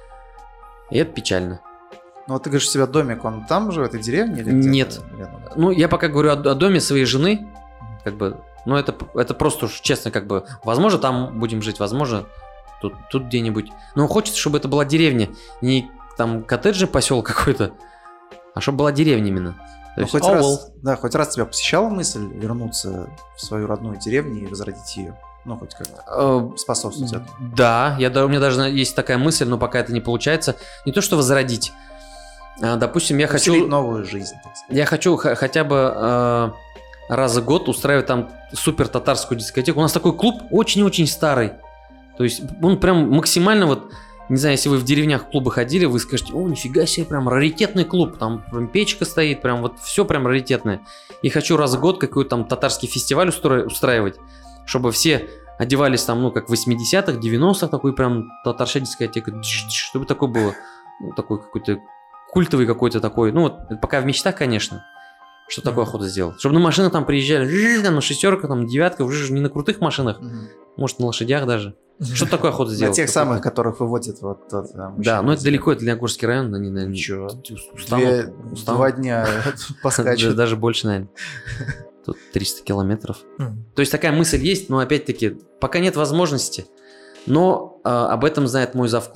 Speaker 1: И это печально.
Speaker 2: Ну вот ты говоришь, у тебя домик, он там же, в этой деревне? Или
Speaker 1: нет. Ну, я пока говорю о, о доме своей жены. Как бы, ну, это, это просто уж честно, как бы, возможно, там будем жить, возможно, тут, тут где-нибудь. Но хочется, чтобы это была деревня. Не там коттеджный поселок какой-то, а чтобы была деревня именно.
Speaker 2: Ну, хоть, раз, да, хоть раз тебя посещала мысль вернуться в свою родную деревню и возродить ее? Ну, хоть как-то способствовать этому.
Speaker 1: Да, я, у меня даже есть такая мысль, но пока это не получается. Не то, что возродить. А, допустим, я
Speaker 2: Усилить
Speaker 1: хочу...
Speaker 2: новую жизнь, так сказать.
Speaker 1: Я хочу х- хотя бы э, раз в год устраивать там супер татарскую дискотеку. У нас такой клуб очень-очень старый. То есть он прям максимально вот... Не знаю, если вы в деревнях в клубы ходили, вы скажете, о, нифига себе, прям раритетный клуб, там прям печка стоит, прям вот все прям раритетное. И хочу раз в год какой-то там татарский фестиваль устро- устраивать, чтобы все одевались там, ну, как в восьмидесятых, девяностых, такой прям татарская дискотека, чтобы такое было, ну, такой какой-то культовый какой-то такой, ну, вот пока в мечтах, конечно, что такое mm-hmm. охота сделать. Чтобы на машинах там приезжали, там, на шестерках, там, девятка, уже не на крутых машинах, mm-hmm. может, на лошадях даже. Что такое охота сделать?
Speaker 2: На тех самых, которых выводят вот тот мужчина.
Speaker 1: Да, но это далеко, это Леногорский район, они, наверное,
Speaker 2: ничего. Две, два дня поскачут.
Speaker 1: Даже больше, наверное. Тут триста километров. То есть такая мысль есть, но опять-таки пока нет возможности. Но об этом знает мой завклуб,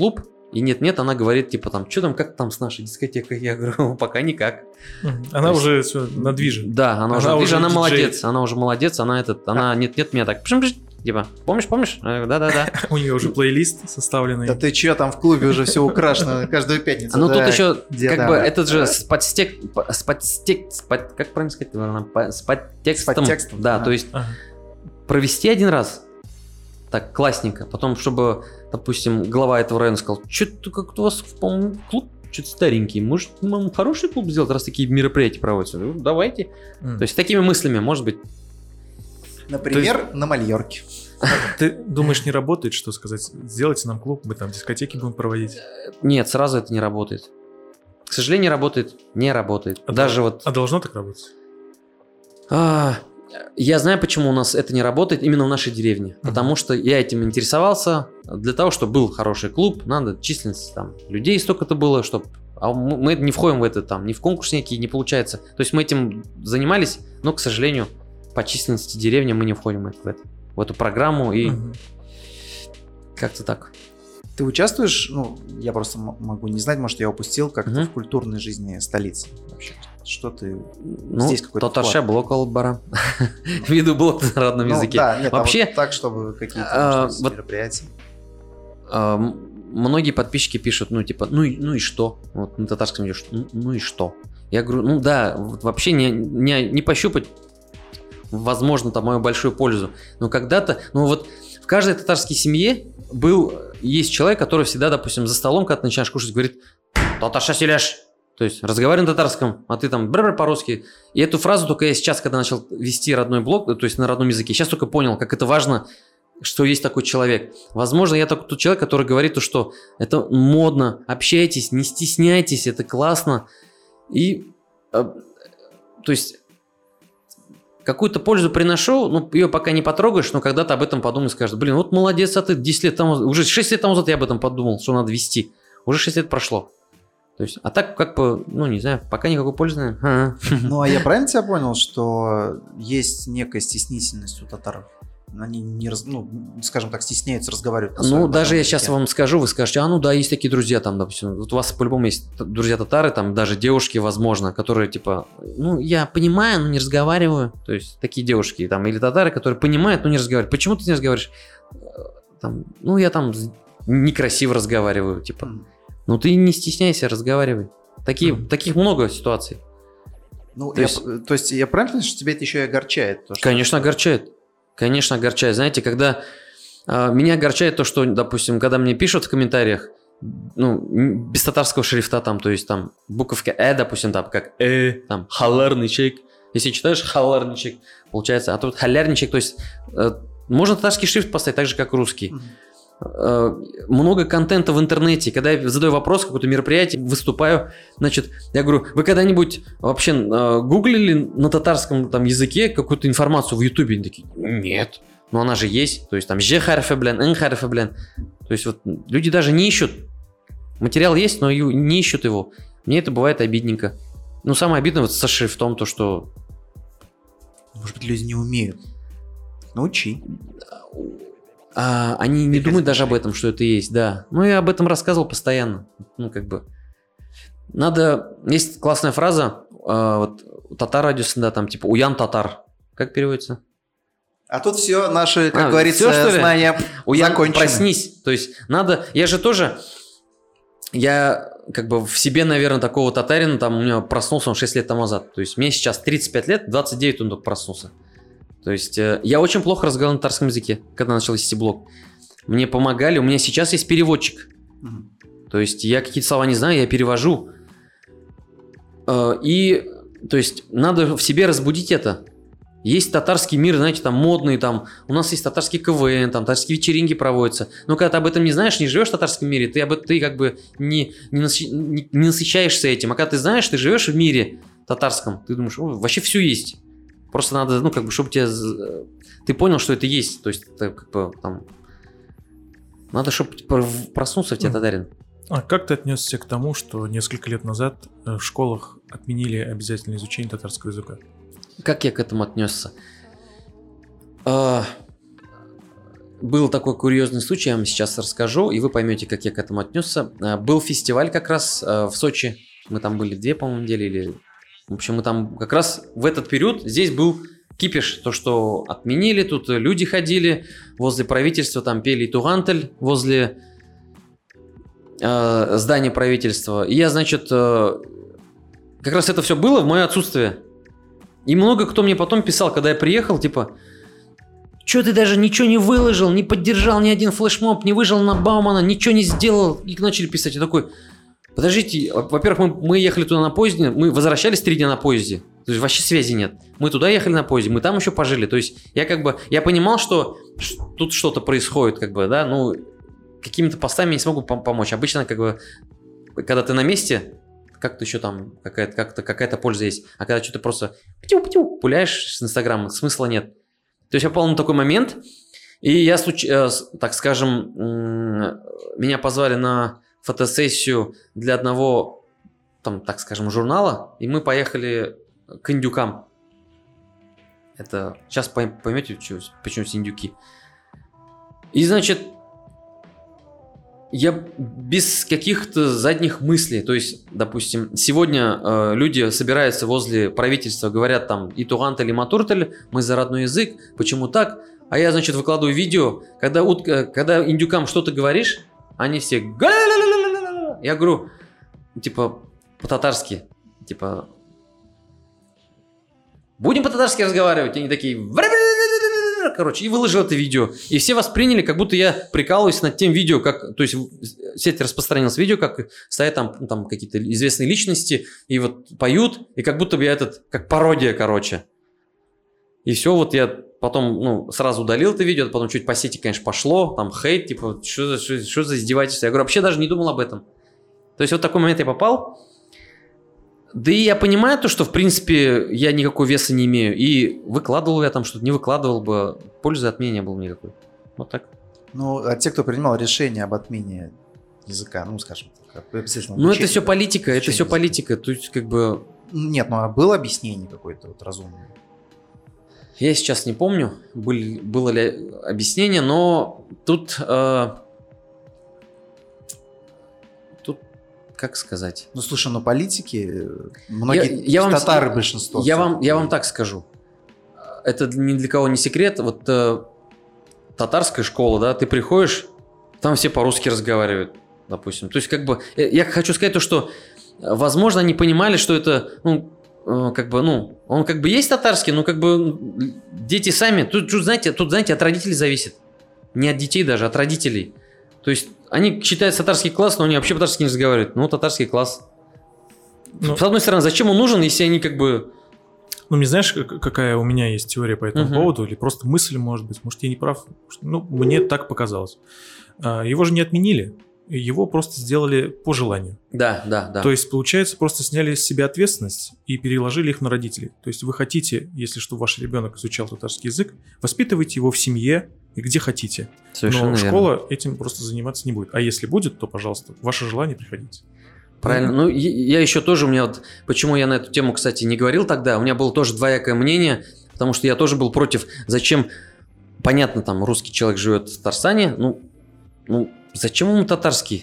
Speaker 1: И нет-нет, она говорит, типа, там, что там, как там с нашей дискотекой? Я говорю, пока никак.
Speaker 3: Она
Speaker 1: То
Speaker 3: уже
Speaker 1: есть,
Speaker 3: все на движе.
Speaker 1: Да, она,
Speaker 3: Она
Speaker 1: уже на движе,
Speaker 3: уже
Speaker 1: она
Speaker 3: диджей.
Speaker 1: молодец, она уже молодец, она этот, она нет-нет, меня так, пшим, пшим, типа, помнишь, помнишь? Я говорю, Да-да-да.
Speaker 3: У нее уже плейлист составленный.
Speaker 2: Да ты че, там в клубе уже все украшено каждую пятницу.
Speaker 1: Ну тут
Speaker 2: Так,
Speaker 1: еще,
Speaker 2: где
Speaker 1: как
Speaker 2: там?
Speaker 1: бы, этот же с подстек, с подстек, с под- как правильно сказать, наверное, по- с подтекстом.
Speaker 2: С подтекстом,
Speaker 1: Да,
Speaker 2: ага.
Speaker 1: то есть
Speaker 3: Ага.
Speaker 1: провести один раз, так, классненько, потом, чтобы, допустим, глава этого района сказал, что-то как-то у вас, по-моему, клуб что-то старенький, может, нам хороший клуб сделать, раз такие мероприятия проводятся? Ну, давайте.
Speaker 3: М.
Speaker 1: То есть такими мыслями, может быть.
Speaker 2: Например, на Мальорке.
Speaker 3: Ты думаешь, не работает, что сказать? Сделайте нам клуб, мы там дискотеки будем проводить.
Speaker 1: Нет, сразу это не работает. К сожалению, работает, не работает.
Speaker 3: А
Speaker 1: Даже
Speaker 3: дол-
Speaker 1: вот...
Speaker 3: А должно так работать?
Speaker 1: А, я знаю, почему у нас это не работает именно в нашей деревне.
Speaker 3: Мгм.
Speaker 1: Потому что я этим интересовался. Для того, чтобы был хороший клуб, надо численность там, людей столько-то было, чтобы... А мы мы не входим в это, там, ни в конкурс некий, не получается. То есть мы этим занимались, но, к сожалению, по численности деревни мы не входим в это, в это- в эту программу. И
Speaker 3: Мгм.
Speaker 1: как-то так.
Speaker 2: Ты участвуешь, ну, я просто м- могу не знать, может, я упустил как-то
Speaker 1: Мгм.
Speaker 2: в культурной жизни столицы вообще. Что ты...
Speaker 1: Ну,
Speaker 2: Здесь какой-то
Speaker 1: татарша
Speaker 2: вклад.
Speaker 1: блок албара. Веду блок на родном
Speaker 2: Ну,
Speaker 1: языке.
Speaker 2: да, нет,
Speaker 1: Вообще,
Speaker 2: а вот так, чтобы какие-то
Speaker 1: а,
Speaker 2: может быть,
Speaker 1: вот-
Speaker 2: мероприятия.
Speaker 1: А, м- многие подписчики пишут, ну, типа, ну и, ну и что? Вот на татарском идешь, ну, ну и что? Я говорю, ну да, вот вообще не, не, не пощупать, возможно, там мою большую пользу. Но когда-то, ну вот в каждой татарской семье был, есть человек, который всегда, допустим, за столом, когда ты начинаешь кушать, говорит, татарша селяш. То есть разговариваем на татарском, а ты там бр-бр по-русски. И эту фразу только я сейчас, когда начал вести родной блог, то есть на родном языке, сейчас только понял, как это важно, что есть такой человек. Возможно, я такой тот человек, который говорит, что это модно, общайтесь, не стесняйтесь, это классно. И, э, то есть, какую-то пользу приношу, ну, ее пока не потрогаешь, но когда-то об этом подумаешь, скажешь, блин, вот молодец, а ты десять лет тому, уже шесть лет тому назад я об этом подумал, что надо вести. Уже шесть лет прошло. То есть, а так, как бы, ну, не знаю, пока никакой пользы, наверное.
Speaker 2: Ну, а я правильно тебя понял, что есть некая стеснительность у татар? Они не, раз- ну, скажем так, стесняются разговаривать на
Speaker 1: Ну,
Speaker 2: своем
Speaker 1: даже
Speaker 2: родном
Speaker 1: я сейчас
Speaker 2: языке.
Speaker 1: вам скажу, вы скажете, а ну да, есть такие друзья там, допустим, вот у вас по-любому есть т- друзья-татары, там даже девушки, возможно, которые типа, ну, я понимаю, но не разговариваю, то есть такие девушки там, или татары, которые понимают, но не разговаривают. Почему ты не разговариваешь? Э, Там, ну, я там з- некрасиво разговариваю, типа,
Speaker 2: М.
Speaker 1: ну, ты не стесняйся, разговаривай. Такие,
Speaker 3: Мгм.
Speaker 1: Таких много ситуаций.
Speaker 2: Ну,
Speaker 1: То
Speaker 2: я
Speaker 1: есть-
Speaker 2: п- то есть я правильно понимаю, что тебя это еще и огорчает? То, что-
Speaker 1: Конечно, огорчает. Конечно, огорчает. Знаете, когда а, меня огорчает то, что, допустим, когда мне пишут в комментариях, ну, м, без татарского шрифта, там, то есть там буковка «э», допустим, там, как «э», там, халарничек. Если читаешь халарничек, получается, а тут халярничек, то есть э, можно татарский шрифт поставить так же, как русский.
Speaker 2: Мгм.
Speaker 1: Э, много контента в интернете. Когда я задаю вопрос, какое-то мероприятие, выступаю, значит, я говорю, вы когда-нибудь вообще э, гуглили на татарском там, языке какую-то информацию в Ютубе? Они такие, нет. Но она же есть. То есть там «ж» харфе, блин, «н» харфе, блин. То есть вот люди даже не ищут. Материал есть, но ю- не ищут его. Мне это бывает обидненько. Ну, самое обидное вот со шрифтом, то, что
Speaker 2: Может быть, люди не умеют. Научи.
Speaker 1: А, они не
Speaker 2: Ты
Speaker 1: думают даже
Speaker 2: хотел
Speaker 1: об этом, что это есть, да. Ну, я об этом рассказывал постоянно. Ну, как бы. Надо... Есть классная фраза, а, вот у татар радиосында, там, типа, уян татар. Как переводится?
Speaker 2: А тут все наши, как
Speaker 1: А,
Speaker 2: говорится,
Speaker 1: всё, что ли?
Speaker 2: знания
Speaker 1: Уян,
Speaker 2: закончены.
Speaker 1: проснись. То есть, надо... Я же тоже... Я как бы в себе, наверное, такого татарина, там, у меня проснулся он шесть лет тому назад. То есть, мне сейчас тридцать пять лет, двадцать девять он только проснулся. То есть, э, я очень плохо разговаривал на татарском языке, когда начал вести блог. Мне помогали, у меня сейчас есть переводчик.
Speaker 2: Мгм.
Speaker 1: То есть, я какие-то слова не знаю, я перевожу. Э, И, то есть, надо в себе разбудить это. Есть татарский мир, знаете, там модный, там, у нас есть татарский КВН, там, татарские вечеринки проводятся. Но когда ты об этом не знаешь, не живешь в татарском мире, ты, об, ты как бы не, не, насыщ- не- не насыщаешься этим. А когда ты знаешь, ты живешь в мире татарском, ты думаешь, «О, вообще все есть». Просто надо, ну, как бы, чтобы тебе... з- ты понял, что это есть. То есть, это как бы, там... Надо, чтобы проснулся в тебе
Speaker 3: Мгм.
Speaker 1: татарин.
Speaker 3: А как ты отнесся к тому, что несколько лет назад э, в школах отменили обязательное изучение татарского языка?
Speaker 1: Как я к этому отнесся? А, был такой курьезный случай, я вам сейчас расскажу, и вы поймете, как я к этому отнесся. Был фестиваль как раз в Сочи. Мы там были две, по-моему, недели. Или... В общем, мы там как раз в этот период, здесь был кипиш. То, что отменили, тут люди ходили возле правительства, там пели «Тугантель» возле э, здания правительства. И я, значит, э, как раз это все было в мое отсутствие. И много кто мне потом писал, когда я приехал, типа... Че ты даже ничего не выложил, не поддержал ни один флешмоб, не выжил на Баумана, ничего не сделал. И начали писать. Я такой, подождите, во-первых, мы, мы ехали туда на поезде, мы возвращались три дня на поезде. То есть вообще связи нет. Мы туда ехали на поезде, мы там еще пожили. То есть я как бы, я понимал, что тут что-то происходит, как бы, да, ну, какими-то постами я не смогу пом- помочь. Обычно, как бы, когда ты на месте, как-то еще там какая-то, как-то, какая-то польза есть. А когда что-то просто птю-птю пуляешь с Инстаграма, смысла нет. То есть я попал на такой момент, и я, так скажем, меня позвали на фотосессию для одного, там, так скажем, журнала, и мы поехали к индюкам. Это сейчас поймете, почему индюки. И, значит, я без каких-то задних мыслей, то есть, допустим, сегодня э, люди собираются возле правительства, говорят там и Тугантель, и Матуртель, мы за родной язык, почему так? А я, значит, выкладываю видео, когда, утка, когда индюкам что-то говоришь, они все га-ля-ля-ля-ля-ля. Я говорю, типа, по-татарски, типа, будем по-татарски разговаривать? И они такие, короче, и выложил это видео. И все восприняли, как будто я прикалываюсь над тем видео, как, то есть в сети распространилось видео, как стоят там, там какие-то известные личности и вот поют, и как будто бы я этот, как пародия, короче. И все, вот я потом, ну, сразу удалил это видео, потом чуть по сети, конечно, пошло, там хейт, типа, что, что, что за издевательство? Я говорю, вообще даже не думал об этом. То есть вот такой момент я попал. Да и я понимаю то, что, в принципе, я никакого веса не имею. И выкладывал я там что-то, не выкладывал бы, пользы от меня не было никакой. Вот так.
Speaker 2: Ну, а те, кто принимал решение об отмене языка, ну, скажем так,
Speaker 1: ну, это все политика, это все политика. То есть, как бы...
Speaker 2: Нет, ну, а было объяснение какое-то вот разумное?
Speaker 1: Я сейчас не помню, был, было ли объяснение, но тут... Э... Как сказать?
Speaker 2: Ну, слушай, ну политики, многие
Speaker 1: я, я вам,
Speaker 2: татары большинство.
Speaker 1: Я вам, я вам так скажу. Это ни для кого не секрет. Вот э, татарская школа, да, ты приходишь, там все по-русски разговаривают, допустим. То есть, как бы, я хочу сказать то, что, возможно, они понимали, что это, ну, э, как бы, ну, он как бы есть татарский, но как бы дети сами, тут, тут, знаете, тут, знаете, от родителей зависит. Не от детей даже, от родителей. То есть, они считают татарский класс, но они вообще по-татарски не разговаривают. Ну, татарский класс. Ну, с одной стороны, зачем он нужен, если они как бы...
Speaker 3: Ну, не знаешь, какая у меня есть теория по этому uh-huh. поводу? Или просто мысль, может быть. Может, я не прав? Ну, мне так показалось. Его же не отменили. Его просто сделали по желанию.
Speaker 1: Да, да, да.
Speaker 3: То есть, получается, просто сняли с себя ответственность и переложили их на родителей. То есть, вы хотите, если что, ваш ребенок изучал татарский язык, воспитывайте его в семье и где хотите.
Speaker 1: Совершенно
Speaker 3: Но
Speaker 1: верно.
Speaker 3: школа этим просто заниматься не будет. А если будет, то, пожалуйста, ваше желание, приходите.
Speaker 1: Правильно. Ну, я еще тоже, у меня вот, почему я на эту тему, кстати, не говорил тогда, у меня было тоже двоякое мнение, потому что я тоже был против, зачем, понятно, там, русский человек живет в Татарстане, ну, ну, зачем ему татарский?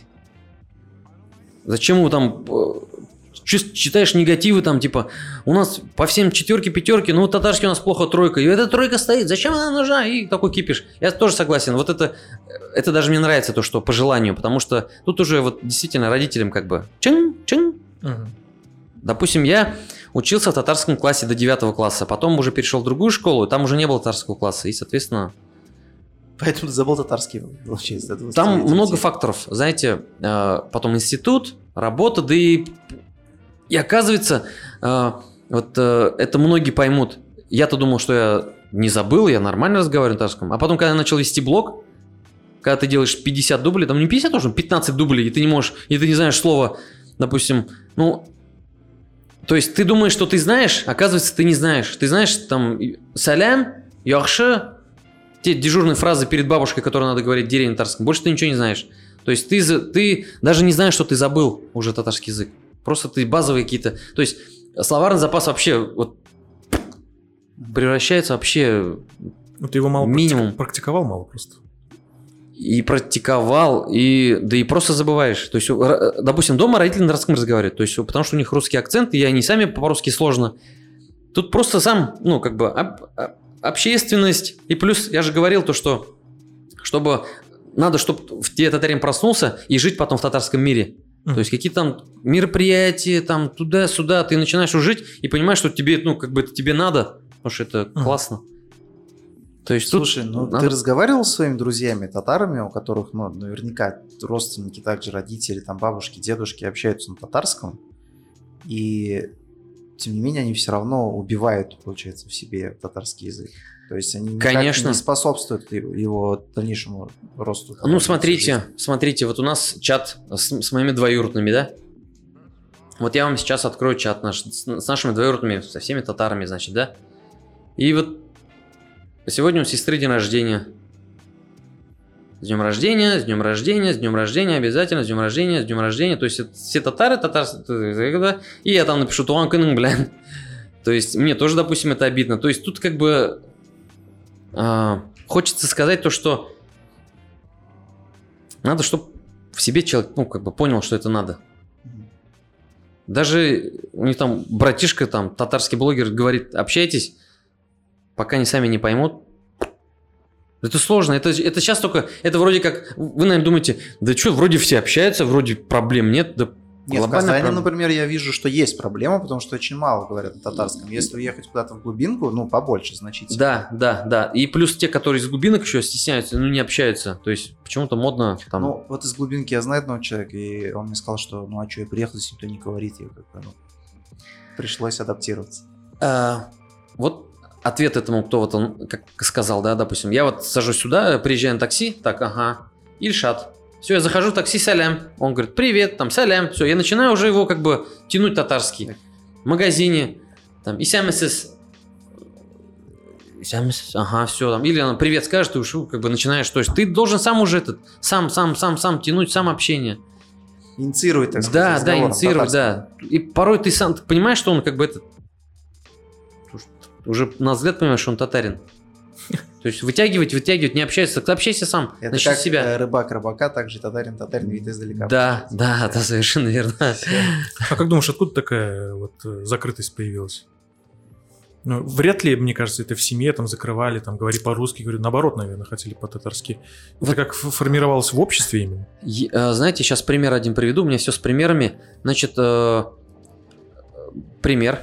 Speaker 1: Зачем ему там, читаешь негативы там, типа, у нас по всем четверки, пятерки, ну, татарский у нас плохо тройка, и эта тройка стоит, зачем она нужна? И такой кипиш. Я тоже согласен, вот это, это даже мне нравится, то, что по желанию, потому что тут уже вот действительно родителям как бы чин-чин. Угу. Допустим, я учился в татарском классе до девятого класса, потом уже перешел в другую школу, и там уже не было татарского класса, и, соответственно...
Speaker 2: Поэтому ты забыл татарский, получается.
Speaker 1: Там много факторов. Знаете, потом институт, работа, да и, и оказывается, вот это многие поймут. Я-то думал, что я не забыл, я нормально разговариваю на татарском. А потом, когда я начал вести блог, когда ты делаешь пятьдесят дублей, там не пятьдесят, а пятнадцать дублей, и ты не можешь, и ты не знаешь слова, допустим, ну... То есть ты думаешь, что ты знаешь, оказывается, ты не знаешь. Ты знаешь, там, салям, яхшы, те дежурные фразы перед бабушкой, которые надо говорить в деревне татарском, больше ты ничего не знаешь. То есть ты, ты даже не знаешь, что ты забыл уже татарский язык. Просто ты базовые какие-то... То есть словарный запас вообще вот превращается вообще
Speaker 3: ну, ты его мало
Speaker 1: минимум.
Speaker 3: практиковал мало просто.
Speaker 1: и практиковал, и да и просто забываешь. То есть, допустим, дома родители на русском разговаривают, то есть, потому что у них русский акцент, и они сами по-русски сложно. Тут просто сам, ну, как бы, об, общественность, и плюс, я же говорил то, что чтобы, надо, чтобы в тебе татарин проснулся и жить потом в татарском мире. Mm. То есть, какие-то там мероприятия, там, туда-сюда, ты начинаешь жить и понимаешь, что тебе, ну, как бы, это тебе надо, потому что это mm. классно. То есть,
Speaker 2: слушай,
Speaker 1: тут
Speaker 2: ну
Speaker 1: надо...
Speaker 2: ты разговаривал с своими друзьями татарами, у которых, ну, наверняка родственники, также родители, там, бабушки, дедушки общаются на татарском, и тем не менее они все равно убивают, получается, в себе татарский язык. То есть они никак
Speaker 1: Конечно.
Speaker 2: не способствуют его дальнейшему росту.
Speaker 1: Ну, смотрите, жизни. смотрите, вот у нас чат с, с моими двоюродными, да? Вот я вам сейчас открою чат наш, с, с нашими двоюродными, со всеми татарами, значит, да? И вот сегодня у сестры день рождения. С днем рождения, с днем рождения, с днем рождения, обязательно, с днем рождения, с днем рождения. То есть это все татары, татарские, и я там напишу туан кының, блин. То есть мне тоже, допустим, это обидно. То есть тут как бы э, хочется сказать то, что надо, чтобы в себе человек, ну, как бы понял, что это надо. Даже у них там братишка, там, татарский блогер говорит, общайтесь, пока они сами не поймут. Это сложно, это, это сейчас только, это вроде как, вы, наверное, думаете, да что, вроде все общаются, вроде проблем нет, да
Speaker 2: нет, в Казани, проб... например, я вижу, что есть проблема, потому что очень мало говорят на татарском. Если уехать куда-то в глубинку, ну, побольше значительно.
Speaker 1: Да, да, да. И плюс те, которые из глубинок еще стесняются, ну, не общаются. То есть, почему-то модно там...
Speaker 2: Ну, вот из глубинки я знаю одного человека, и он мне сказал, что, ну, а что, я приехал, здесь никто не говорит. И как-то, ну, пришлось адаптироваться.
Speaker 1: А, вот ответ этому, кто вот он, как сказал, да, допустим, я вот сажусь сюда, приезжаю на такси, так, ага, Ильшат. Все, я захожу в такси, салям. Он говорит, привет, там, салям. Все, я начинаю уже его как бы тянуть татарский. В магазине, там, исямесис, исямесис, ага, все, там. Или он привет скажет, ты уж как бы начинаешь. То есть ты должен сам уже этот, сам, сам, сам, сам тянуть, сам общение.
Speaker 2: Инициировать, так сказать.
Speaker 1: Да, да, инициировать, да. И порой ты сам понимаешь, что он как бы этот, уже на взгляд понимаешь, что он татарин. То есть вытягивать, вытягивать, не общайся, так общайся сам,
Speaker 2: это
Speaker 1: начни
Speaker 2: как
Speaker 1: себя.
Speaker 2: Рыбак рыбака, так же татарин татарин, вид издалека.
Speaker 1: Да, да, да, совершенно верно.
Speaker 3: А как думаешь, откуда такая вот закрытость появилась? Ну, вряд ли, мне кажется, это в семье там закрывали, там говори по-русски, говорю, наоборот, наверное, хотели по-татарски. Вот. Это как формировалось в обществе именно?
Speaker 1: Знаете, сейчас пример один приведу, у меня все с примерами. Значит, пример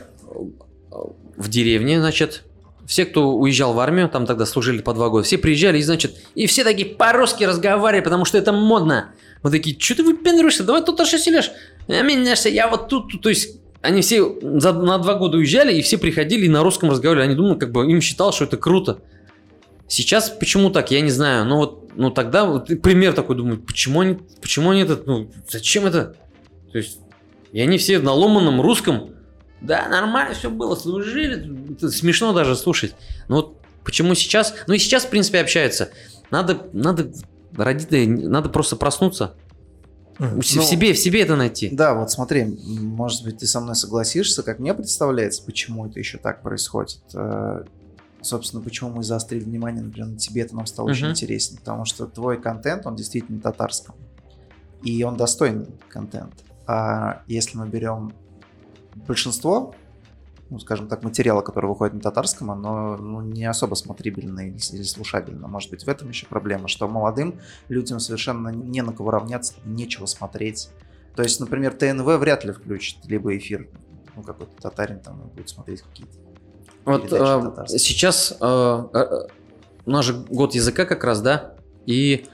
Speaker 1: в деревне, значит. Все, кто уезжал в армию, там тогда служили по два года, все приезжали и, значит, и все такие по-русски разговаривали, потому что это модно. Мы такие, что ты выпендриваешься, давай тут аж селишь. Я вот тут, то есть, они все за, на два года уезжали, и все приходили и на русском разговаривали. Они думали, как бы, им считал, что это круто. Сейчас почему так, я не знаю. Но вот, ну тогда, вот, пример такой, думаю, почему они, почему они это, ну, зачем это? То есть, и они все на ломаном русском. Да, нормально все было, служили, это смешно даже слушать. Но вот почему сейчас? Ну и сейчас, в принципе, общаются. Надо, надо, родители, надо просто проснуться. Mm. В, ну, в себе, в себе это найти.
Speaker 2: Да, вот смотри, может быть, ты со мной согласишься, как мне представляется, почему это еще так происходит. Собственно, почему мы заострили внимание, например, на тебе, это нам стало uh-huh. очень интересно. Потому что твой контент, он действительно татарском. И он достойный контент. А если мы берем большинство, ну, скажем так, материала, который выходит на татарском, оно ну, не особо смотрибельно или, или слушабельно. Может быть, в этом еще проблема, что молодым людям совершенно не на кого равняться, нечего смотреть. То есть, например, ТНВ вряд ли включит, либо эфир, ну, какой-то татарин там будет смотреть какие-то
Speaker 1: вот э, сейчас э, э, у нас же год языка как раз, да, и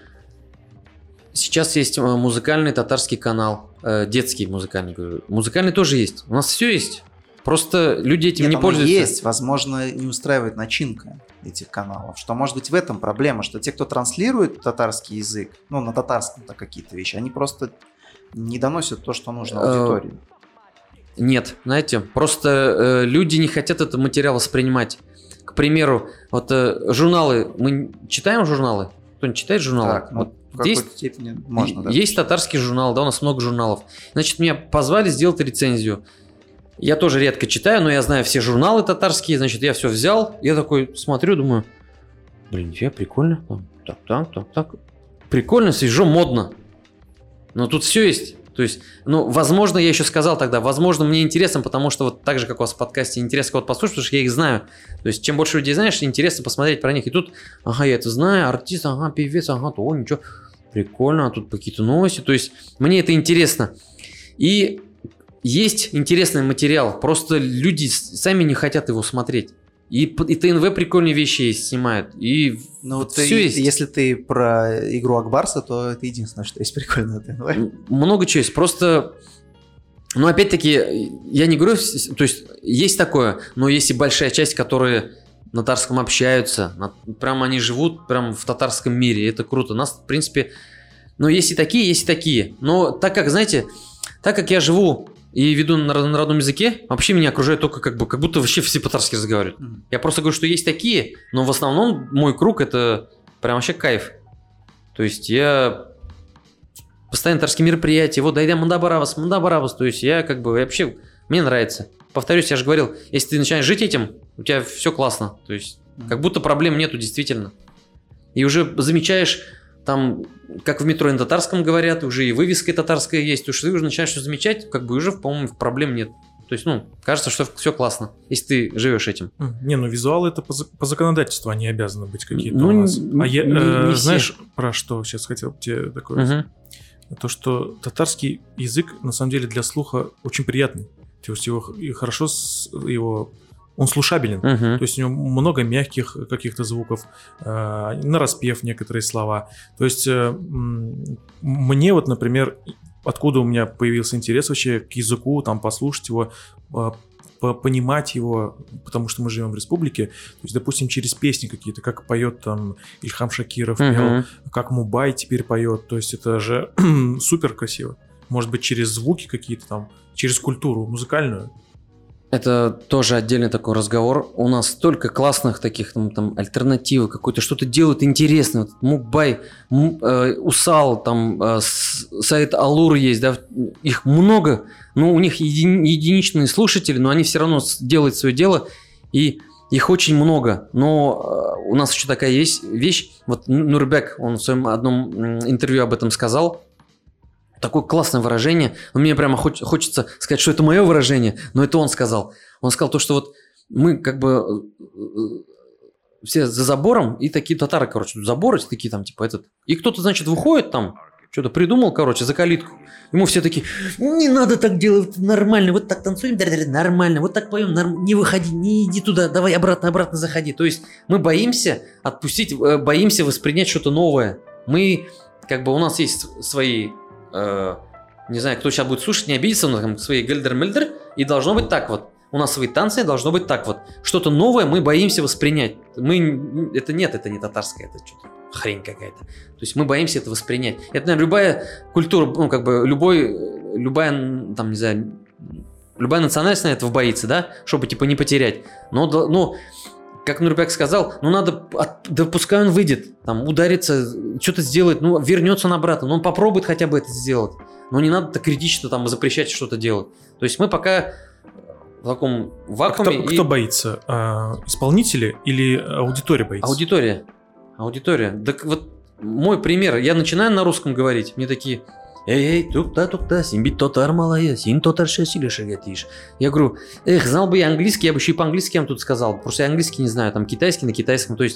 Speaker 1: сейчас есть музыкальный татарский канал, э, детский музыкальный. Музыкальный тоже есть. У нас все есть. Просто люди этим Нет, не пользуются.
Speaker 2: Есть, возможно, не устраивает начинка этих каналов. Что может быть в этом проблема, что те, кто транслирует татарский язык, ну на татарском-то какие-то вещи, они просто не доносят то, что нужно аудитории.
Speaker 1: Нет, знаете, просто э, люди не хотят этот материал воспринимать. К примеру, вот э, журналы, мы читаем журналы? Кто-нибудь читает журналы?
Speaker 2: Так, ну,
Speaker 1: вот
Speaker 2: в какой-то есть, степени можно. Да,
Speaker 1: есть татарский журнал, да, у нас много журналов. Значит, меня позвали сделать рецензию. Я тоже редко читаю, но я знаю все журналы татарские, значит, я все взял. Я такой смотрю, думаю, блин, я прикольно. Так, так, так, так. прикольно, свежо, модно. Но тут все есть. То есть, ну, возможно, я еще сказал тогда, возможно, мне интересно, потому что вот так же, как у вас в подкасте, интересно кого-то послушать, потому что я их знаю. То есть, чем больше людей знаешь, интересно посмотреть про них. И тут, ага, я это знаю, артист, ага, певец, ага, то, ничего, прикольно, а тут какие-то новости. То есть, мне это интересно. И есть интересный материал, просто люди сами не хотят его смотреть. И, и ТНВ прикольные вещи есть, снимают. И
Speaker 2: ну,
Speaker 1: вот
Speaker 2: ты,
Speaker 1: все есть.
Speaker 2: Если ты про игру Акбарса, то это единственное, что есть прикольно на ТНВ.
Speaker 1: Много чего есть. Просто, ну, опять-таки, я не говорю, то есть, есть такое, но есть и большая часть, которые на татарском общаются. На, прям они живут прям в татарском мире. Это круто. У нас, в принципе, ну, есть и такие, есть и такие. Но так как, знаете, так как я живу и веду на, на родном языке, вообще меня окружают только как бы, как будто вообще все по-татарски разговаривают. Mm-hmm. Я просто говорю, что есть такие, но в основном мой круг это прям вообще кайф. То есть я постоянно татарские мероприятия, вот дойдя Мандабаравас, Мандабаравас, то есть я как бы вообще, мне нравится. Повторюсь, я же говорил, если ты начинаешь жить этим, у тебя все классно, то есть mm-hmm. как будто проблем нету действительно. И уже замечаешь, там, как в метро на татарском говорят, уже и вывеска татарская есть, уж ты уже начинаешь все замечать, как бы уже, по-моему, проблем нет. То есть, ну, кажется, что все классно, если ты живешь этим.
Speaker 3: Не, ну визуалы это по, по законодательству они обязаны быть какие-то
Speaker 1: ну,
Speaker 3: у нас.
Speaker 1: Не,
Speaker 3: а я,
Speaker 1: не,
Speaker 3: э,
Speaker 1: не
Speaker 3: знаешь, про что сейчас хотел тебе такое? Угу. То, что татарский язык, на самом деле, для слуха очень приятный. То есть его и хорошо его... Он слушабелен, uh-huh. то есть у него много мягких каких-то звуков, э, нараспев некоторые слова. То есть э, мне вот, например, откуда у меня появился интерес вообще к языку, там послушать его, э, понимать его, потому что мы живем в республике. То есть, допустим, через песни какие-то, как поет там Ильхам Шакиров, uh-huh. пел, как Мубай теперь поет. То есть это же супер красиво. Может быть, через звуки какие-то там, через культуру музыкальную.
Speaker 1: Это тоже отдельный такой разговор. У нас столько классных таких там, там альтернативы, какой-то что-то делают интересное. Вот Мубай, М, э, Усал, там э, сайт Алур есть, да, их много, но у них еди- единичные слушатели, но они все равно делают свое дело, и их очень много. Но э, у нас еще такая есть вещь, вот Нурбек, он в своем одном интервью об этом сказал. Такое классное выражение. Мне прямо хоч- хочется сказать, что это мое выражение, но это он сказал. Он сказал то, что вот мы как бы все за забором, и такие татары, короче, заборы такие там, типа этот. И кто-то, значит, выходит там, что-то придумал, короче, за калитку. Ему все такие, не надо так делать, нормально, вот так танцуем, нормально, вот так поем, норм... не выходи, не иди туда, давай обратно, обратно заходи. То есть мы боимся отпустить, боимся воспринять что-то новое. Мы, как бы, у нас есть свои... Uh, не знаю, кто сейчас будет слушать, не обидится, но там свои гельдер-мельдер, и должно быть так вот. У нас свои танцы, должно быть так вот. Что-то новое мы боимся воспринять. Мы, это нет, это не татарское, это что-то хрень какая-то. То есть мы боимся это воспринять. Это, наверное, любая культура, ну, как бы, любой, любая, там, не знаю, любая национальность на этого боится, да, чтобы, типа, не потерять. Но, ну, как Нурбек сказал, ну надо, да пускай он выйдет, там, ударится, что-то сделает, ну вернется он обратно, ну он попробует хотя бы это сделать. Но не надо так критично там запрещать что-то делать. То есть мы пока в таком вакууме.
Speaker 3: А кто,
Speaker 1: и...
Speaker 3: кто боится? А, исполнители или аудитория боится?
Speaker 1: Аудитория. Аудитория. Так вот мой пример, я начинаю на русском говорить, мне такие... Эй, тук-та, тук-та, симбит тотар малая, син тотар шесилиша гатиш. Я говорю, эх, знал бы я английский, я бы еще и по-английски вам тут сказал. Просто я английский не знаю, там китайский на китайском. То есть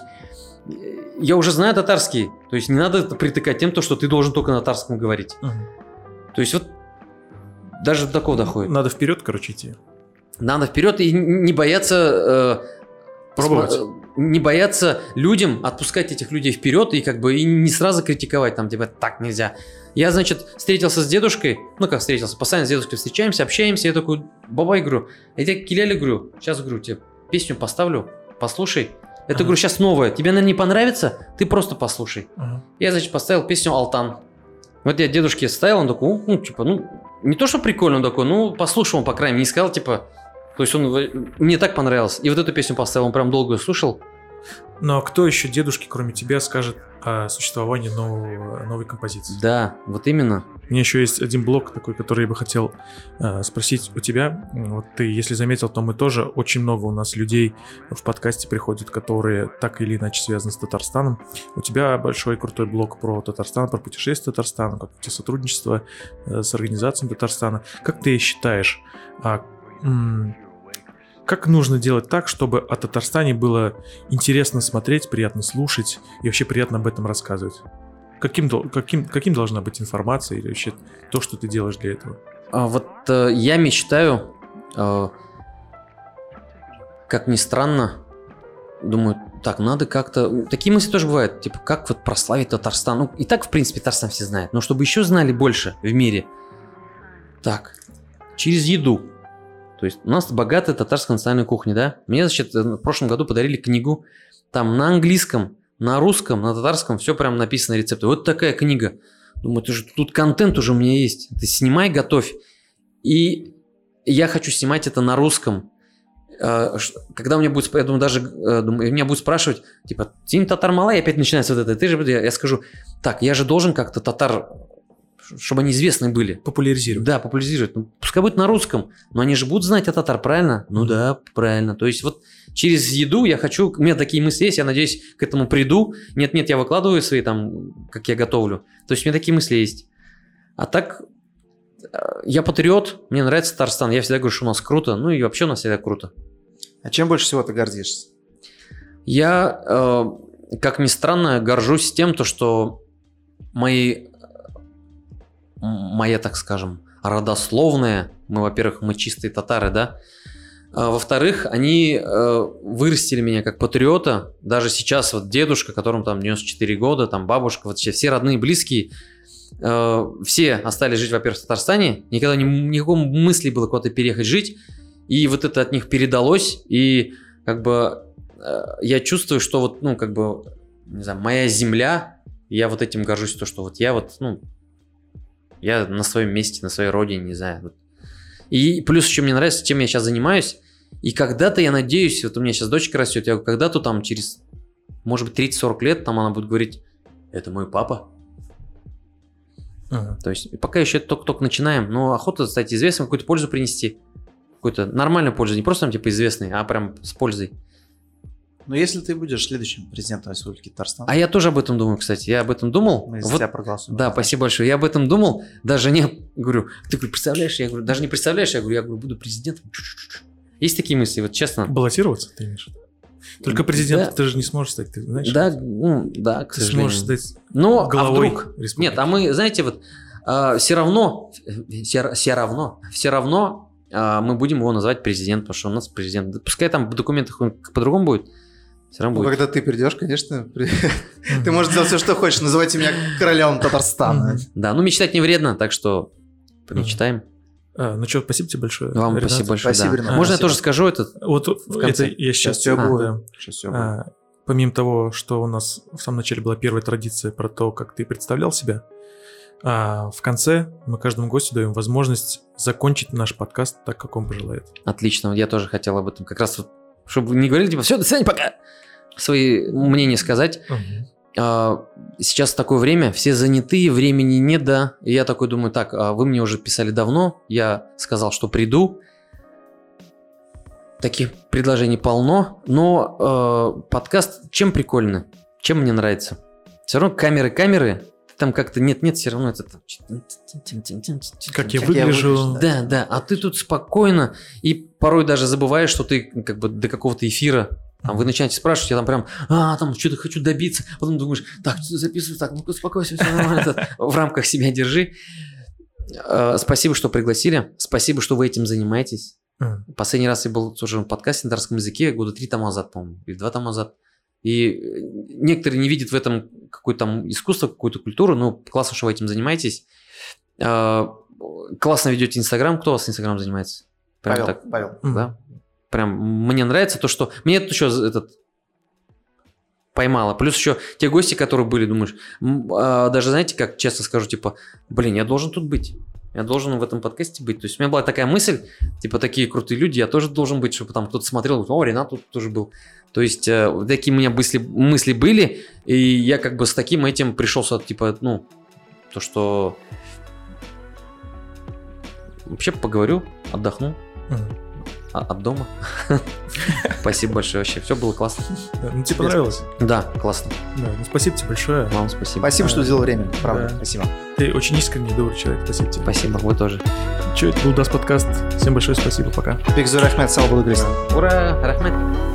Speaker 1: я уже знаю татарский. То есть не надо притыкать тем, что ты должен только на татарском говорить. Uh-huh. То есть вот даже до такого доходит.
Speaker 3: Надо вперед, короче, идти.
Speaker 1: Надо вперед и не бояться... Э,
Speaker 3: Пробовать.
Speaker 1: См- не бояться людям отпускать этих людей вперед и как бы и не сразу критиковать, там, типа, так нельзя. Я, значит, встретился с дедушкой, ну как встретился, постоянно с дедушкой встречаемся, общаемся, я такой, бабай, говорю, я тебе Киляли, говорю, сейчас, говорю, тебе песню поставлю, послушай. Это, ага. говорю, сейчас новое, тебе, наверное, не понравится, ты просто послушай. Ага. Я, значит, поставил песню «Алтан». Вот я дедушке ставил, он такой, ну, типа, ну, не то, что прикольно, он такой, ну, послушал он, по крайней мере, не сказал, типа, то есть он, мне так понравилось. И вот эту песню поставил, он прям долго слушал.
Speaker 3: Но кто еще, дедушки, кроме тебя, скажет о существовании нового, новой композиции?
Speaker 1: Да, вот именно.
Speaker 3: У меня еще есть один блок такой, который я бы хотел э, спросить у тебя. Вот ты, если заметил, то мы тоже, очень много у нас людей в подкасте приходят, которые так или иначе связаны с Татарстаном. У тебя большой крутой блок про Татарстан, про путешествие Татарстана, как у тебя сотрудничество э, с организациями Татарстана. Как ты считаешь, а, м- как нужно делать так, чтобы о Татарстане было интересно смотреть, приятно слушать и вообще приятно об этом рассказывать? Каким, каким, каким должна быть информация или вообще то, что ты делаешь для этого?
Speaker 1: А вот э, я мечтаю, э, как ни странно, думаю, так, надо как-то... Такие мысли тоже бывают, типа, как вот прославить Татарстан? Ну, и так, в принципе, Татарстан все знают, но чтобы еще знали больше в мире. Так, через еду. То есть у нас богатая татарская национальная кухня, да? Мне, значит, в прошлом году подарили книгу, там на английском, на русском, на татарском все прям написано рецепты. Вот такая книга. Думаю, ты же, тут контент уже у меня есть. Ты снимай, готовь. И я хочу снимать это на русском. Когда у меня будет, я думаю, даже думаю, меня будут спрашивать, типа, Тинь Татар Малай, опять начинается вот это. Ты же, я, я скажу, так, я же должен как-то татар, чтобы они известны были.
Speaker 3: Популяризировать.
Speaker 1: Да, популяризировать. Ну, пускай будет на русском, но они же будут знать о татар, правильно? Ну да, правильно. То есть вот через еду я хочу, у меня такие мысли есть, я надеюсь, к этому приду. Нет-нет, я выкладываю свои там, как я готовлю. То есть у меня такие мысли есть. А так, я патриот, мне нравится Татарстан. Я всегда говорю, что у нас круто, ну и вообще у нас всегда круто.
Speaker 2: А чем больше всего ты гордишься?
Speaker 1: Я, э, как ни странно, горжусь тем, то, что мои... моя, так скажем, родословная, мы, во-первых, мы чистые татары, да, а, во-вторых, они э, вырастили меня как патриота, даже сейчас вот дедушка, которому там девяносто четыре года, там бабушка, вот все, все родные, близкие, э, все остались жить, во-первых, в Татарстане, никогда не, никакой мысли было куда-то переехать жить, и вот это от них передалось, и как бы э, я чувствую, что вот, ну, как бы, не знаю, моя земля, я вот этим горжусь, то, что вот я вот, ну, я на своем месте, на своей родине, не знаю. И плюс еще мне нравится, чем я сейчас занимаюсь. И когда-то, я надеюсь, вот у меня сейчас дочка растет, я когда-то там через, может быть, тридцать-сорок лет, там она будет говорить, это мой папа. Ага. То есть пока еще только-только начинаем, но охота стать известным, какую-то пользу принести. Какую-то нормальную пользу, не просто там типа известный, а прям с пользой.
Speaker 2: Но если ты будешь следующим президентом Республики Татарстан...
Speaker 1: А я тоже об этом думаю, кстати. Я об этом думал.
Speaker 2: Мы за
Speaker 1: вот,
Speaker 2: тебя проголосуем.
Speaker 1: Да, спасибо большое. Я об этом думал. Даже не... Говорю, ты представляешь? Я говорю, даже не представляешь? Я говорю, я говорю, буду президентом. Есть такие мысли, вот честно.
Speaker 3: Баллотироваться, ты имеешь? Только президентом да. Ты же не сможешь стать, ты знаешь?
Speaker 1: Да, ну, да, к
Speaker 3: ты
Speaker 1: сожалению.
Speaker 3: Ты сможешь стать
Speaker 1: Но,
Speaker 3: головой
Speaker 1: а вдруг...
Speaker 3: республики.
Speaker 1: Нет, а мы, знаете, вот а, все равно, все, все равно, все равно а, мы будем его называть президентом, потому что у нас президент. Пускай там в документах он по-другому будет.
Speaker 2: Ну, будет. Когда ты придешь, конечно, при... ты можешь делать все, что хочешь. Называйте меня королем Татарстана.
Speaker 1: Да, ну мечтать не вредно, так что помечтаем.
Speaker 3: А, ну что, спасибо тебе большое.
Speaker 1: Вам
Speaker 3: Ренат.
Speaker 1: спасибо большое.
Speaker 2: Спасибо,
Speaker 1: да.
Speaker 2: Ренат.
Speaker 1: Можно
Speaker 2: спасибо.
Speaker 1: я тоже скажу этот?
Speaker 3: Вот в конце. Это я сейчас,
Speaker 2: сейчас все
Speaker 3: а,
Speaker 2: будет.
Speaker 3: Да.
Speaker 2: Сейчас все будет.
Speaker 3: А, помимо того, что у нас в самом начале была первая традиция про то, как ты представлял себя, а в конце мы каждому гостю даем возможность закончить наш подкаст так, как он пожелает.
Speaker 1: Отлично, я тоже хотел об этом. Как раз вот, чтобы вы не говорили, типа, все, до свидания, пока. Свои мнения сказать.
Speaker 3: Угу.
Speaker 1: А, сейчас такое время, все занятые, времени нет, да. И я такой думаю, так, а вы мне уже писали давно, я сказал, что приду. Таких предложений полно, но э, подкаст чем прикольно, чем мне нравится. Все равно камеры, камеры, там как-то нет-нет, все равно это...
Speaker 3: Как я выгляжу.
Speaker 1: Да, да, а ты тут спокойно, и порой даже забываешь, что ты как бы до какого-то эфира. Там вы начинаете спрашивать, я там прям, а, там что-то хочу добиться. Потом думаешь, так, записывай, так, ну-ка, успокойся, все нормально. В рамках себя держи. Спасибо, что пригласили. Спасибо, что вы этим занимаетесь. Последний раз я был тоже в подкасте на татарском языке года три тому назад, по-моему, или два тому назад. И некоторые не видят в этом какое-то там искусство, какую-то культуру. Ну, классно, что вы этим занимаетесь. Классно ведете Инстаграм. Кто у вас Инстаграм занимается? Прям
Speaker 2: Павел.
Speaker 1: Так,
Speaker 2: Павел.
Speaker 1: Да. Прям мне нравится то, что... Мне тут еще этот... поймало. Плюс еще те гости, которые были, думаешь... Даже знаете, как часто скажу, типа, блин, я должен тут быть. Я должен в этом подкасте быть. То есть у меня была такая мысль, типа, такие крутые люди, я тоже должен быть, чтобы там кто-то смотрел, говорит, о, Ренат тут тоже был. То есть э, вот такие у меня мысли, мысли были, и я как бы с таким этим пришел, типа, ну, то, что вообще поговорю, отдохну. Uh-huh. От дома. Спасибо большое, вообще, все было классно.
Speaker 3: Ну, тебе понравилось?
Speaker 1: Да, классно.
Speaker 3: Да, ну, спасибо тебе большое.
Speaker 1: Вам спасибо.
Speaker 2: Спасибо, что уделил время, правда,
Speaker 3: да.
Speaker 2: Спасибо.
Speaker 3: Ты очень искренний, добрый человек, спасибо тебе.
Speaker 1: Спасибо, вы тоже.
Speaker 3: Че, это был Дас подкаст. Всем большое спасибо, пока.
Speaker 2: Бекзур Рахмет, сау буду.
Speaker 1: Ура, Рахмет.